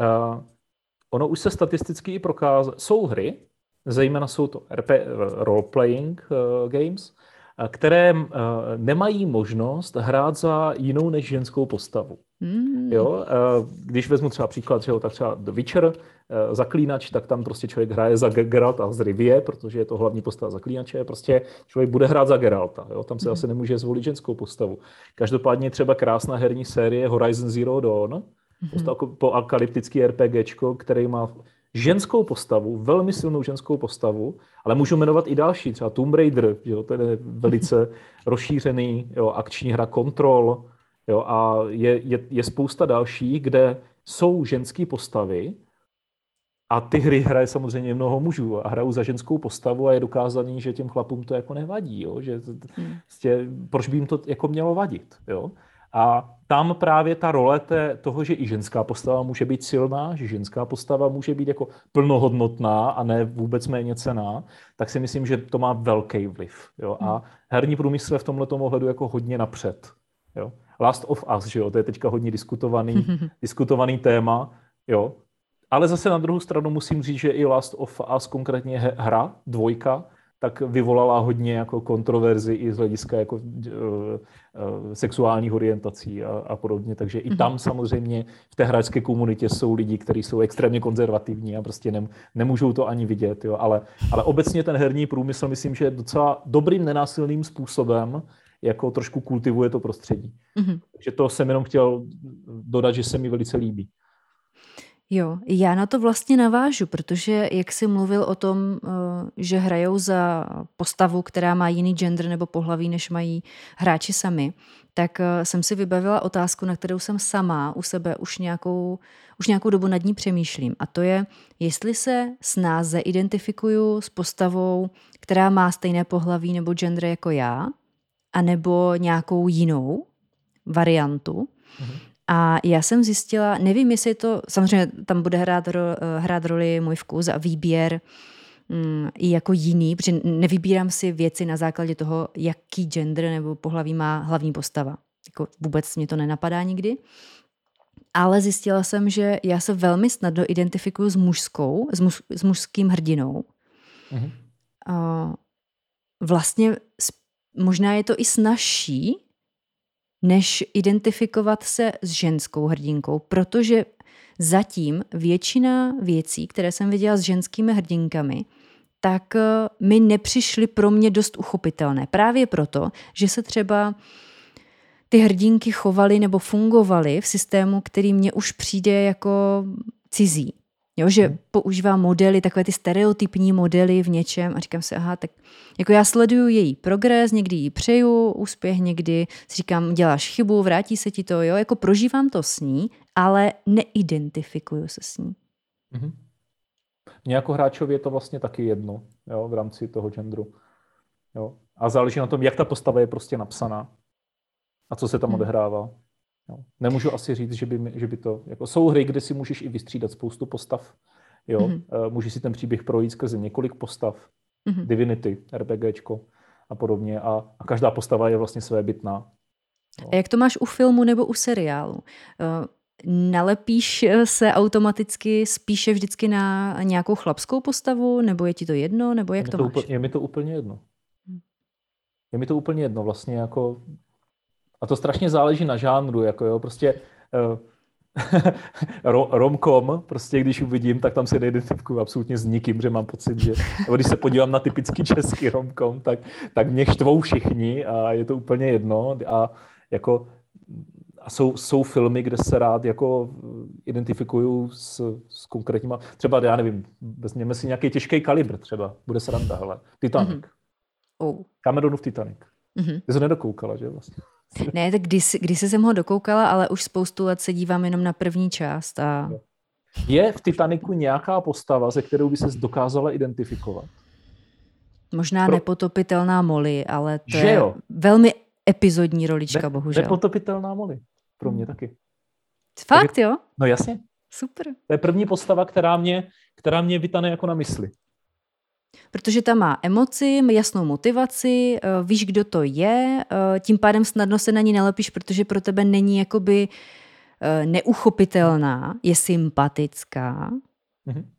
Ono už se statisticky i prokázalo. Jsou hry, zejména jsou to role-playing games, které nemají možnost hrát za jinou než ženskou postavu. Jo? Když vezmu třeba příklad, že jo, tak třeba The Witcher, Zaklínač, tak tam prostě člověk hraje za Geralta z Rivie, protože je to hlavní postava Zaklínače, prostě člověk bude hrát za Geralta. Jo? Tam se asi nemůže zvolit ženskou postavu. Každopádně třeba krásná herní série Horizon Zero Dawn, poapokalyptický RPGčko, který má ženskou postavu, velmi silnou ženskou postavu, ale můžu jmenovat i další, třeba Tomb Raider, jo, to je velice rozšířený, jo, akční hra Control, jo, a je spousta dalších, kde jsou ženské postavy a ty hry hraje samozřejmě mnoho mužů a hrajou za ženskou postavu a je dokázaný, že těm chlapům to jako nevadí, jo, že proč by jim to jako mělo vadit, jo. A tam právě ta role toho, že i ženská postava může být silná, že ženská postava může být jako plnohodnotná a ne vůbec méněcenná, tak si myslím, že to má velký vliv. Jo? A herní průmysl je v tomhletom ohledu jako hodně napřed. Jo? Last of Us, že jo? To je teďka hodně diskutovaný téma. Jo? Ale zase na druhou stranu musím říct, že i Last of Us, konkrétně hra, 2, tak vyvolala hodně jako kontroverzi i z hlediska jako sexuálních orientací a podobně. Takže i tam samozřejmě v té hráčské komunitě jsou lidi, kteří jsou extrémně konzervativní a prostě nemůžou to ani vidět. Jo. Ale obecně ten herní průmysl, myslím, že docela dobrým, nenásilným způsobem jako trošku kultivuje to prostředí. Takže to jsem jenom chtěl dodat, že se mi velice líbí. Jo, já na to vlastně navážu, protože jak jsi mluvil o tom, že hrajou za postavu, která má jiný gender nebo pohlaví, než mají hráči sami, tak jsem si vybavila otázku, na kterou jsem sama u sebe už nějakou dobu nad ní přemýšlím. A to je, jestli se snáze identifikuju s postavou, která má stejné pohlaví nebo gender jako já, anebo nějakou jinou variantu. A já jsem zjistila, nevím, jestli je to, samozřejmě tam bude hrát roli můj vkus a výběr i jako jiný, protože nevybírám si věci na základě toho, jaký gender nebo pohlaví má hlavní postava. Jako vůbec mě to nenapadá nikdy. Ale zjistila jsem, že já se velmi snadno identifikuju s mužským hrdinou. Vlastně možná je to i snazší, než identifikovat se s ženskou hrdinkou, protože zatím většina věcí, které jsem viděla s ženskými hrdinkami, tak mi nepřišly pro mě dost uchopitelné. Právě proto, že se třeba ty hrdinky chovaly nebo fungovaly v systému, který mně už přijde jako cizí. Jo, že používá modely, takové ty stereotypní modely v něčem a říkám si, aha, tak jako já sleduju její progres, někdy jí přeju úspěch, někdy si říkám, děláš chybu, vrátí se ti to, jo, jako prožívám to s ní, ale neidentifikuju se s ní. Mně jako hráčovi je to vlastně taky jedno, jo, v rámci toho genderu. Jo. A záleží na tom, jak ta postava je prostě napsaná a co se tam odehrává. Jo. Nemůžu asi říct, že by to... Jako, jsou hry, kde si můžeš i vystřídat spoustu postav. Jo. Můžeš si ten příběh projít skrze několik postav. Divinity, RPGčko a podobně. A každá postava je vlastně svébytná. A jak to máš u filmu nebo u seriálu? Nalepíš se automaticky spíše vždycky na nějakou chlapskou postavu? Nebo je ti to jedno? Nebo jak to máš? Je mi to úplně jedno. Je mi to úplně jedno vlastně jako... A to strašně záleží na žánru, jako jo, prostě rom-com, prostě když uvidím, tak tam se neidentifikuju absolutně s nikým, že mám pocit, že když se podívám na typický český rom-com, tak mě štvou všichni a je to úplně jedno a jako jsou filmy, kde se rád jako identifikuju s konkrétníma, třeba já nevím, vezměme si nějaký těžký kalibr třeba, bude sranda, hele, Titanic. Cameronův Titanic. Ty jsi nedokoukala, že vlastně? Ne, tak když jsem ho dokoukala, ale už spoustu let se dívám jenom na první část. A... Je v Titaniku nějaká postava, se kterou by ses dokázala identifikovat? Možná nepotopitelná Molly, ale to je velmi epizodní rolička, bohužel. Nepotopitelná Molly. pro mě taky. Fakt, jo? No jasně. Super. To je první postava, která mě vytane jako na mysli. Protože tam má emoci, jasnou motivaci, víš, kdo to je, tím pádem snadno se na ní nelepíš, protože pro tebe není jakoby neuchopitelná, je sympatická. Mhm.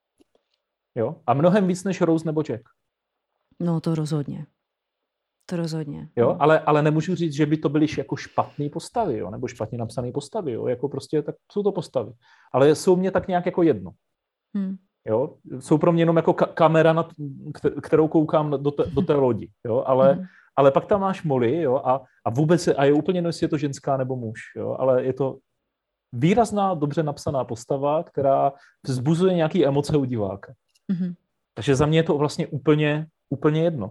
Jo? A mnohem víc než Rose nebo Jack. No to rozhodně. To rozhodně. Jo? Ale nemůžu říct, že by to byly jako špatné postavy, jo? Nebo špatně napsané postavy. Jo? Jako prostě tak jsou to postavy. Ale jsou mě tak nějak jako jedno. Jo? Jsou pro mě jenom jako kamera, kterou koukám do té lodi. Jo? Ale pak tam máš Molly, jo? A vůbec je úplně jedno, jestli je to ženská nebo muž. Jo? Ale je to výrazná, dobře napsaná postava, která vzbuzuje nějaké emoce u diváka. Takže za mě je to vlastně úplně jedno.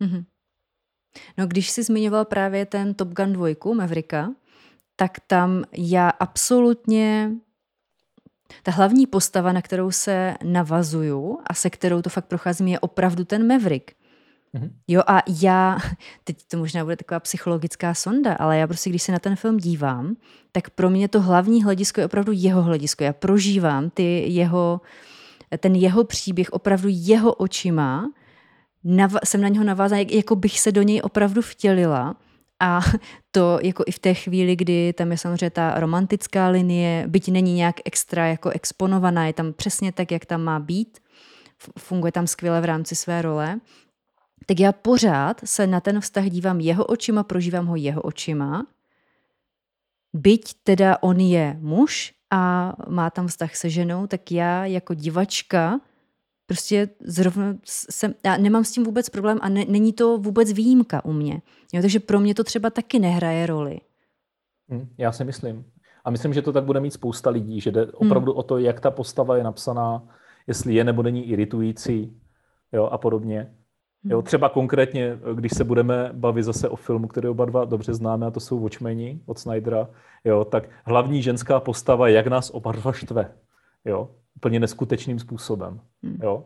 No, když jsi zmiňoval právě ten Top Gun 2, Mavericka, tak tam já absolutně... Ta hlavní postava, na kterou se navazuju a se kterou to fakt procházím, je opravdu ten Maverick. Jo, a já, teď to možná bude taková psychologická sonda, ale já prostě, když se na ten film dívám, tak pro mě to hlavní hledisko je opravdu jeho hledisko. Já prožívám ten jeho příběh opravdu jeho očima, jsem na něho navázaná, jako bych se do něj opravdu vtělila. A to jako i v té chvíli, kdy tam je samozřejmě ta romantická linie, byť není nějak extra jako exponovaná, je tam přesně tak, jak tam má být, funguje tam skvěle v rámci své role, tak já pořád se na ten vztah dívám jeho očima, prožívám ho jeho očima, byť teda on je muž a má tam vztah se ženou, tak já jako divačka prostě zrovna já nemám s tím vůbec problém a není to vůbec výjimka u mě. Jo, takže pro mě to třeba taky nehraje roli. Já si myslím. A myslím, že to tak bude mít spousta lidí, že jde opravdu o to, jak ta postava je napsaná, jestli je nebo není iritující, jo, a podobně. Jo, třeba konkrétně, když se budeme bavit zase o filmu, který oba dva dobře známe, a to jsou Watchmeni od Snydera, jo, tak hlavní ženská postava, jak nás oba dva štve. Jo, úplně neskutečným způsobem. Jo.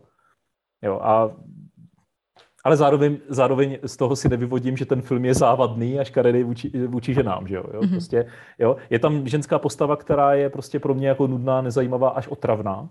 Ale zároveň z toho si nevyvodím, že ten film je závadný a škaredý vůči ženám. Že jo? Prostě, jo. Je tam ženská postava, která je prostě pro mě jako nudná, nezajímavá, až otravná.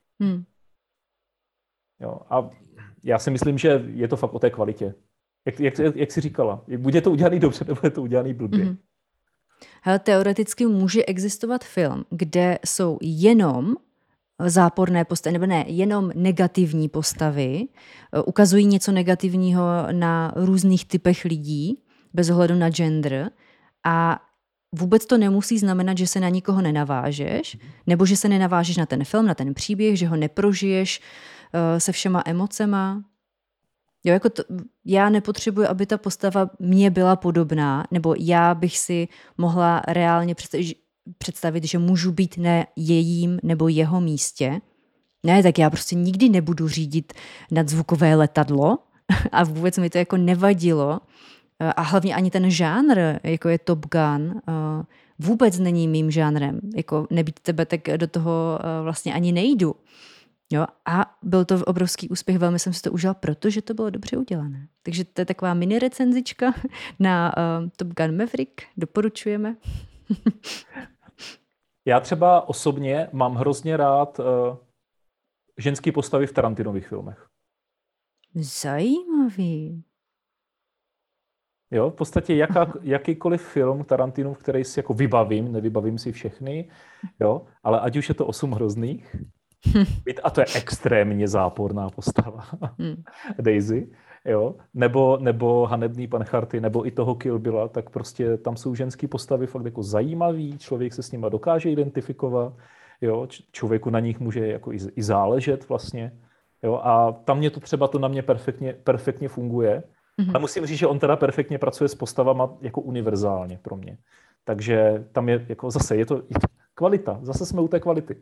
Jo. A já si myslím, že je to fakt o té kvalitě. Jak jsi říkala, buď je to udělaný dobře, nebo je to udělaný blbě. Hele, teoreticky může existovat film, kde jsou jenom záporné postavy, nebo ne, jenom negativní postavy, ukazují něco negativního na různých typech lidí, bez ohledu na gender, a vůbec to nemusí znamenat, že se na nikoho nenavážeš, nebo že se nenavážeš na ten film, na ten příběh, že ho neprožiješ se všema emocema. Jo, jako já nepotřebuji, aby ta postava mně byla podobná, nebo já bych si mohla reálně představit, že můžu být na jejím nebo jeho místě. Ne, tak já prostě nikdy nebudu řídit nadzvukové letadlo a vůbec mi to jako nevadilo. A hlavně ani ten žánr, jako je Top Gun, vůbec není mým žánrem. Jako nebýt tebe, tak do toho vlastně ani nejdu. Jo, a byl to obrovský úspěch, velmi jsem si to užila, protože to bylo dobře udělané. Takže to je taková mini recenzička na Top Gun Maverick, doporučujeme. Já třeba osobně mám hrozně rád ženský postavy v Tarantinových filmech. Zajímavý. Jo, v podstatě jakýkoliv film Tarantinův, který si jako nevybavím si všechny, jo, ale ať už je to 8 hrozných, a to je extrémně záporná postava, Daisy, jo, nebo Hanebný pancharty, nebo i toho Kill Billa, tak prostě tam jsou ženský postavy fakt jako zajímavý, člověk se s nima dokáže identifikovat, jo, člověku na nich může jako i záležet vlastně, jo, a tam mě to třeba na mě perfektně funguje. Ale musím říct, že on teda perfektně pracuje s postavama jako univerzálně pro mě. Takže tam je jako zase, je to kvalita. Zase jsme u té kvality.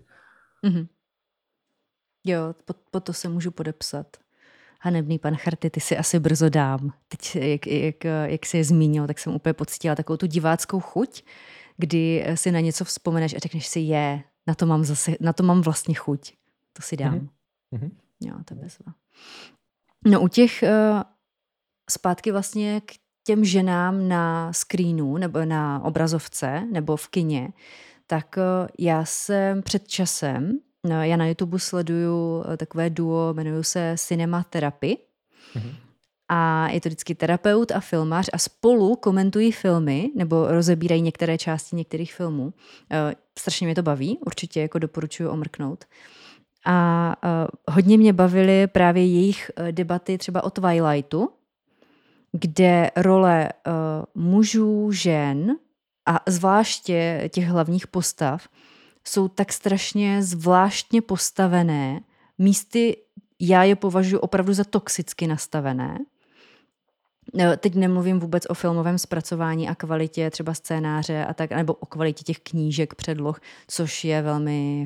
Jo, po to se můžu podepsat. Hanebný pancharty, ty si asi brzo dám. Teď, jak jsi je zmínil, tak jsem úplně pocítila takovou tu diváckou chuť, kdy si na něco vzpomeneš a řekneš si, na to mám vlastně chuť. To si dám. Jo, to je bezva. No u těch zpátky vlastně k těm ženám na screenu nebo na obrazovce nebo v kině, tak já jsem před časem, já na YouTube sleduju takové duo, jmenuji se Cinema Therapy. A je to vždycky terapeut a filmař a spolu komentují filmy nebo rozebírají některé části některých filmů. Strašně mě to baví, určitě jako doporučuji omrknout. A hodně mě bavily právě jejich debaty třeba o Twilightu, kde role mužů, žen a zvláště těch hlavních postav jsou tak strašně zvláštně postavené. Místy já je považuji opravdu za toxicky nastavené. Teď nemluvím vůbec o filmovém zpracování a kvalitě třeba scénáře a tak, nebo o kvalitě těch knížek, předloh, což je velmi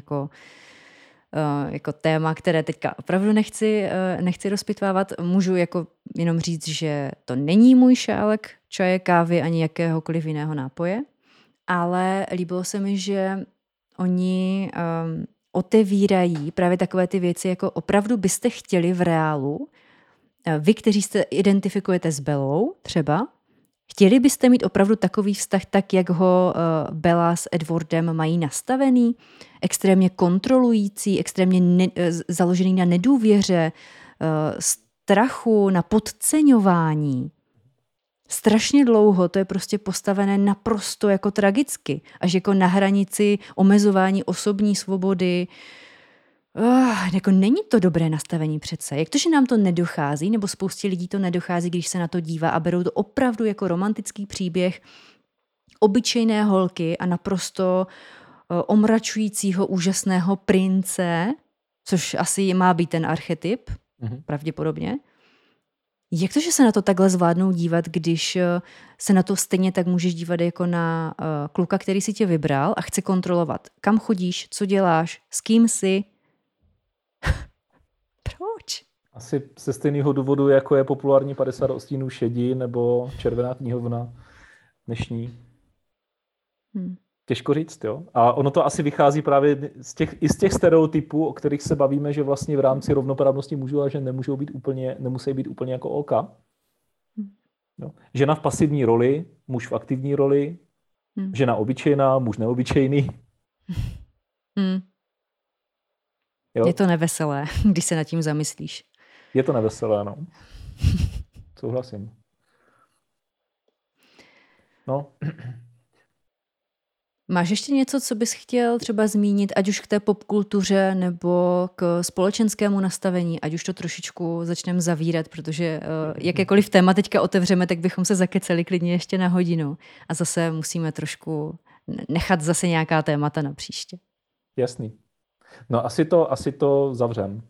jako téma, které teďka opravdu nechci rozpitvávat. Můžu jako jenom říct, že to není můj šálek čaje, kávy ani jakéhokoliv jiného nápoje, ale líbilo se mi, že oni otevírají právě takové ty věci, jako opravdu byste chtěli v reálu, vy, kteří se identifikujete s Bellou třeba, chtěli byste mít opravdu takový vztah tak, jak ho Bella s Edwardem mají nastavený? Extrémně kontrolující, extrémně založený na nedůvěře, strachu, na podceňování. Strašně dlouho to je prostě postavené naprosto jako tragicky, až jako na hranici omezování osobní svobody. Jako není to dobré nastavení přece. Jak to, že nám to nedochází, nebo spoustě lidí to nedochází, když se na to dívá a berou to opravdu jako romantický příběh obyčejné holky a naprosto omračujícího úžasného prince, což asi má být ten archetyp, pravděpodobně. Jak to, že se na to takhle zvládnou dívat, když se na to stejně tak můžeš dívat jako na kluka, který si tě vybral a chce kontrolovat, kam chodíš, co děláš, s kým jsi. Proč? Asi ze stejného důvodu, jako je populární 50 odstínů šedi nebo Červená knihovna dnešní. Těžko říct, jo. A ono to asi vychází právě z těch stereotypů, o kterých se bavíme, že vlastně v rámci rovnoprávnosti mužů a žen nemusí být úplně jako OK. Jo. Žena v pasivní roli, muž v aktivní roli, žena obyčejná, muž neobyčejný. Jo? Je to neveselé, když se nad tím zamyslíš. Je to neveselé, no. Souhlasím. No. Máš ještě něco, co bys chtěl třeba zmínit, ať už k té popkultuře nebo k společenskému nastavení, ať už to trošičku začneme zavírat, protože jakékoliv téma teďka otevřeme, tak bychom se zakeceli klidně ještě na hodinu a zase musíme trošku nechat zase nějaká témata na příště. Jasný. No asi to zavřem.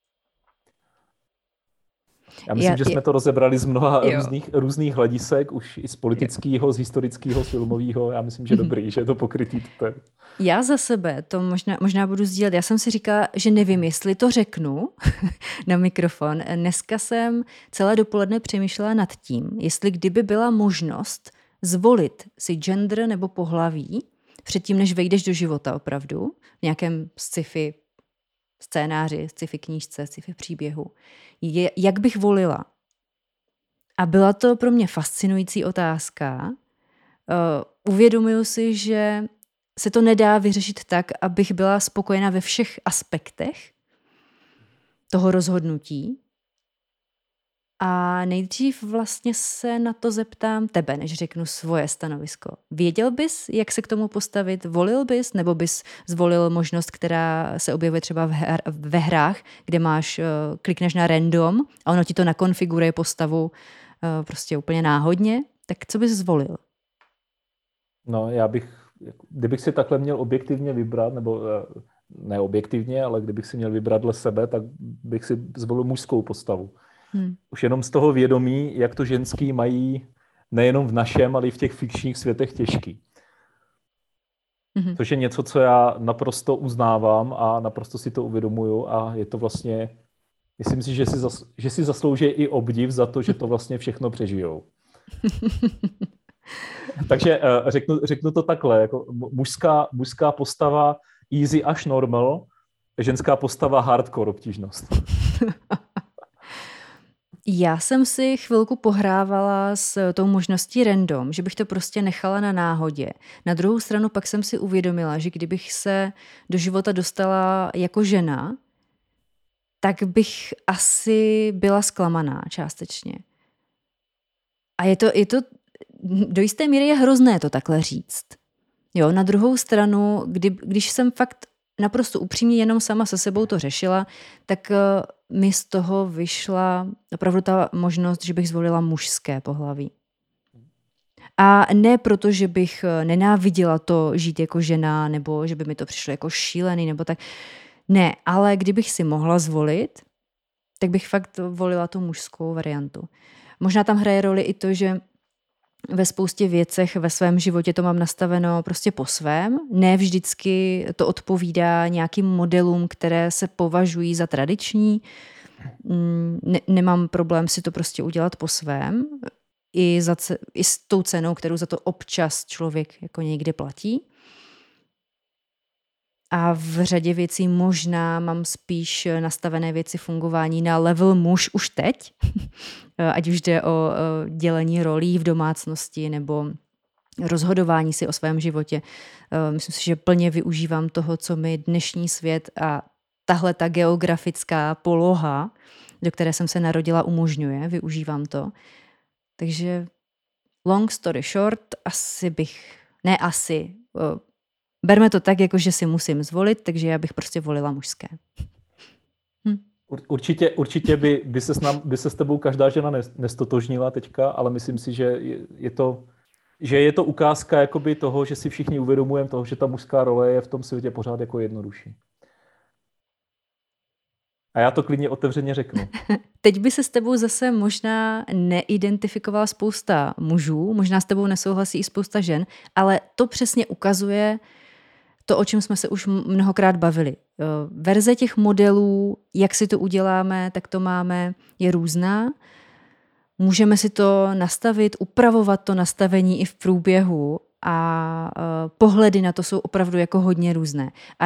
Já myslím, že jsme to rozebrali z mnoha různých hledisek, už i z politického, z historického, z filmového. Já myslím, že dobrý, že je to pokrytý. Já za sebe to možná budu sdílet. Já jsem si říkala, že nevím, jestli to řeknu na mikrofon. Dneska jsem celé dopoledne přemýšlela nad tím, jestli kdyby byla možnost zvolit si gender nebo pohlaví předtím, než vejdeš do života opravdu, v nějakém sci-fi scénáři, sci-fi knížce, sci-fi příběhu. Jak bych volila? A byla to pro mě fascinující otázka. Uvědomuju si, že se to nedá vyřešit tak, abych byla spokojena ve všech aspektech toho rozhodnutí. A nejdřív vlastně se na to zeptám tebe, než řeknu svoje stanovisko. Věděl bys, jak se k tomu postavit? Volil bys? Nebo bys zvolil možnost, která se objevuje třeba ve hrách, kde klikneš na random a ono ti to nakonfiguruje postavu prostě úplně náhodně? Tak co bys zvolil? No, kdybych si takhle měl objektivně vybrat, nebo ne objektivně, ale kdybych si měl vybrat dle sebe, tak bych si zvolil mužskou postavu. Už jenom z toho vědomí, jak to ženský mají nejenom v našem, ale i v těch fikčních světech těžký. Což je něco, co já naprosto uznávám a naprosto si to uvědomuju a je to vlastně, myslím si, že si zaslouží i obdiv za to, že to vlastně všechno přežijou. Takže řeknu to takhle, jako mužská postava easy až normal, ženská postava hardcore obtížnost. Já jsem si chvilku pohrávala s tou možností random, že bych to prostě nechala na náhodě. Na druhou stranu pak jsem si uvědomila, že kdybych se do života dostala jako žena, tak bych asi byla zklamaná částečně. A je to do jisté míry je hrozné to takhle říct. Jo, na druhou stranu, když jsem fakt naprosto upřímně jenom sama se sebou to řešila, tak mi z toho vyšla opravdu ta možnost, že bych zvolila mužské pohlaví. A ne proto, že bych nenáviděla to žít jako žena, nebo že by mi to přišlo jako šílený, nebo tak. Ne, ale kdybych si mohla zvolit, tak bych fakt volila tu mužskou variantu. Možná tam hraje roli i to, že ve spoustě věcech ve svém životě to mám nastaveno prostě po svém. Ne vždycky to odpovídá nějakým modelům, které se považují za tradiční. Nemám problém si to prostě udělat po svém. I s tou cenou, kterou za to občas člověk jako někde platí. A v řadě věcí možná mám spíš nastavené věci fungování na level muž už teď, ať už jde o dělení rolí v domácnosti nebo rozhodování si o svém životě. Myslím si, že plně využívám toho, co mi dnešní svět a tahle ta geografická poloha, do které jsem se narodila, umožňuje. Využívám to. Takže long story short, berme to tak, jako že si musím zvolit, takže já bych prostě volila mužské. Určitě by se s tebou každá žena nestotožnila teďka, ale myslím si, že je to ukázka jakoby toho, že si všichni uvědomujeme toho, že ta mužská role je v tom světě pořád jako jednodušší. A já to klidně otevřeně řeknu. Teď by se s tebou zase možná neidentifikovala spousta mužů, možná s tebou nesouhlasí i spousta žen, ale to přesně ukazuje to, o čem jsme se už mnohokrát bavili. Verze těch modelů, jak si to uděláme, tak to máme, je různá. Můžeme si to nastavit, upravovat to nastavení i v průběhu a pohledy na to jsou opravdu jako hodně různé. A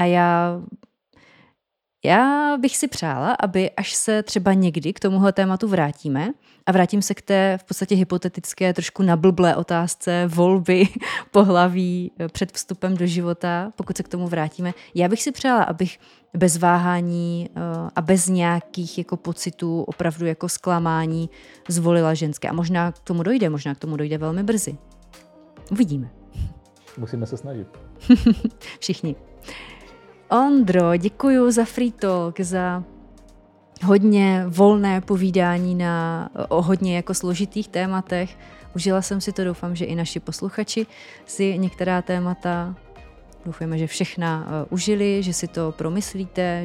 já bych si přála, aby až se třeba někdy k tomuhle tématu vrátíme a vrátím se k té v podstatě hypotetické, trošku nablblé otázce volby pohlaví před vstupem do života, pokud se k tomu vrátíme. Já bych si přála, abych bez váhání a bez nějakých jako pocitů, opravdu jako zklamání zvolila ženské. A možná k tomu dojde velmi brzy. Uvidíme. Musíme se snažit. Všichni. Ondro, děkuju za Free Talk, za hodně volné povídání o hodně jako složitých tématech. Užila jsem si to, doufám, že i naši posluchači si některá témata, doufujeme, že všechna užili, že si to promyslíte,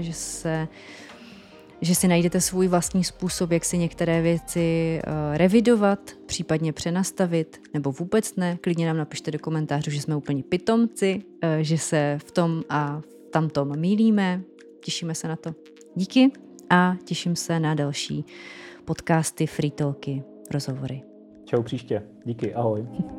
že si najdete svůj vlastní způsob, jak si některé věci revidovat, případně přenastavit, nebo vůbec ne. Klidně nám napište do komentářů, že jsme úplně pitomci, že se v tom a tamtom mýlíme. Těšíme se na to. Díky a těším se na další podcasty, Free Talky, rozhovory. Čau příště. Díky, ahoj.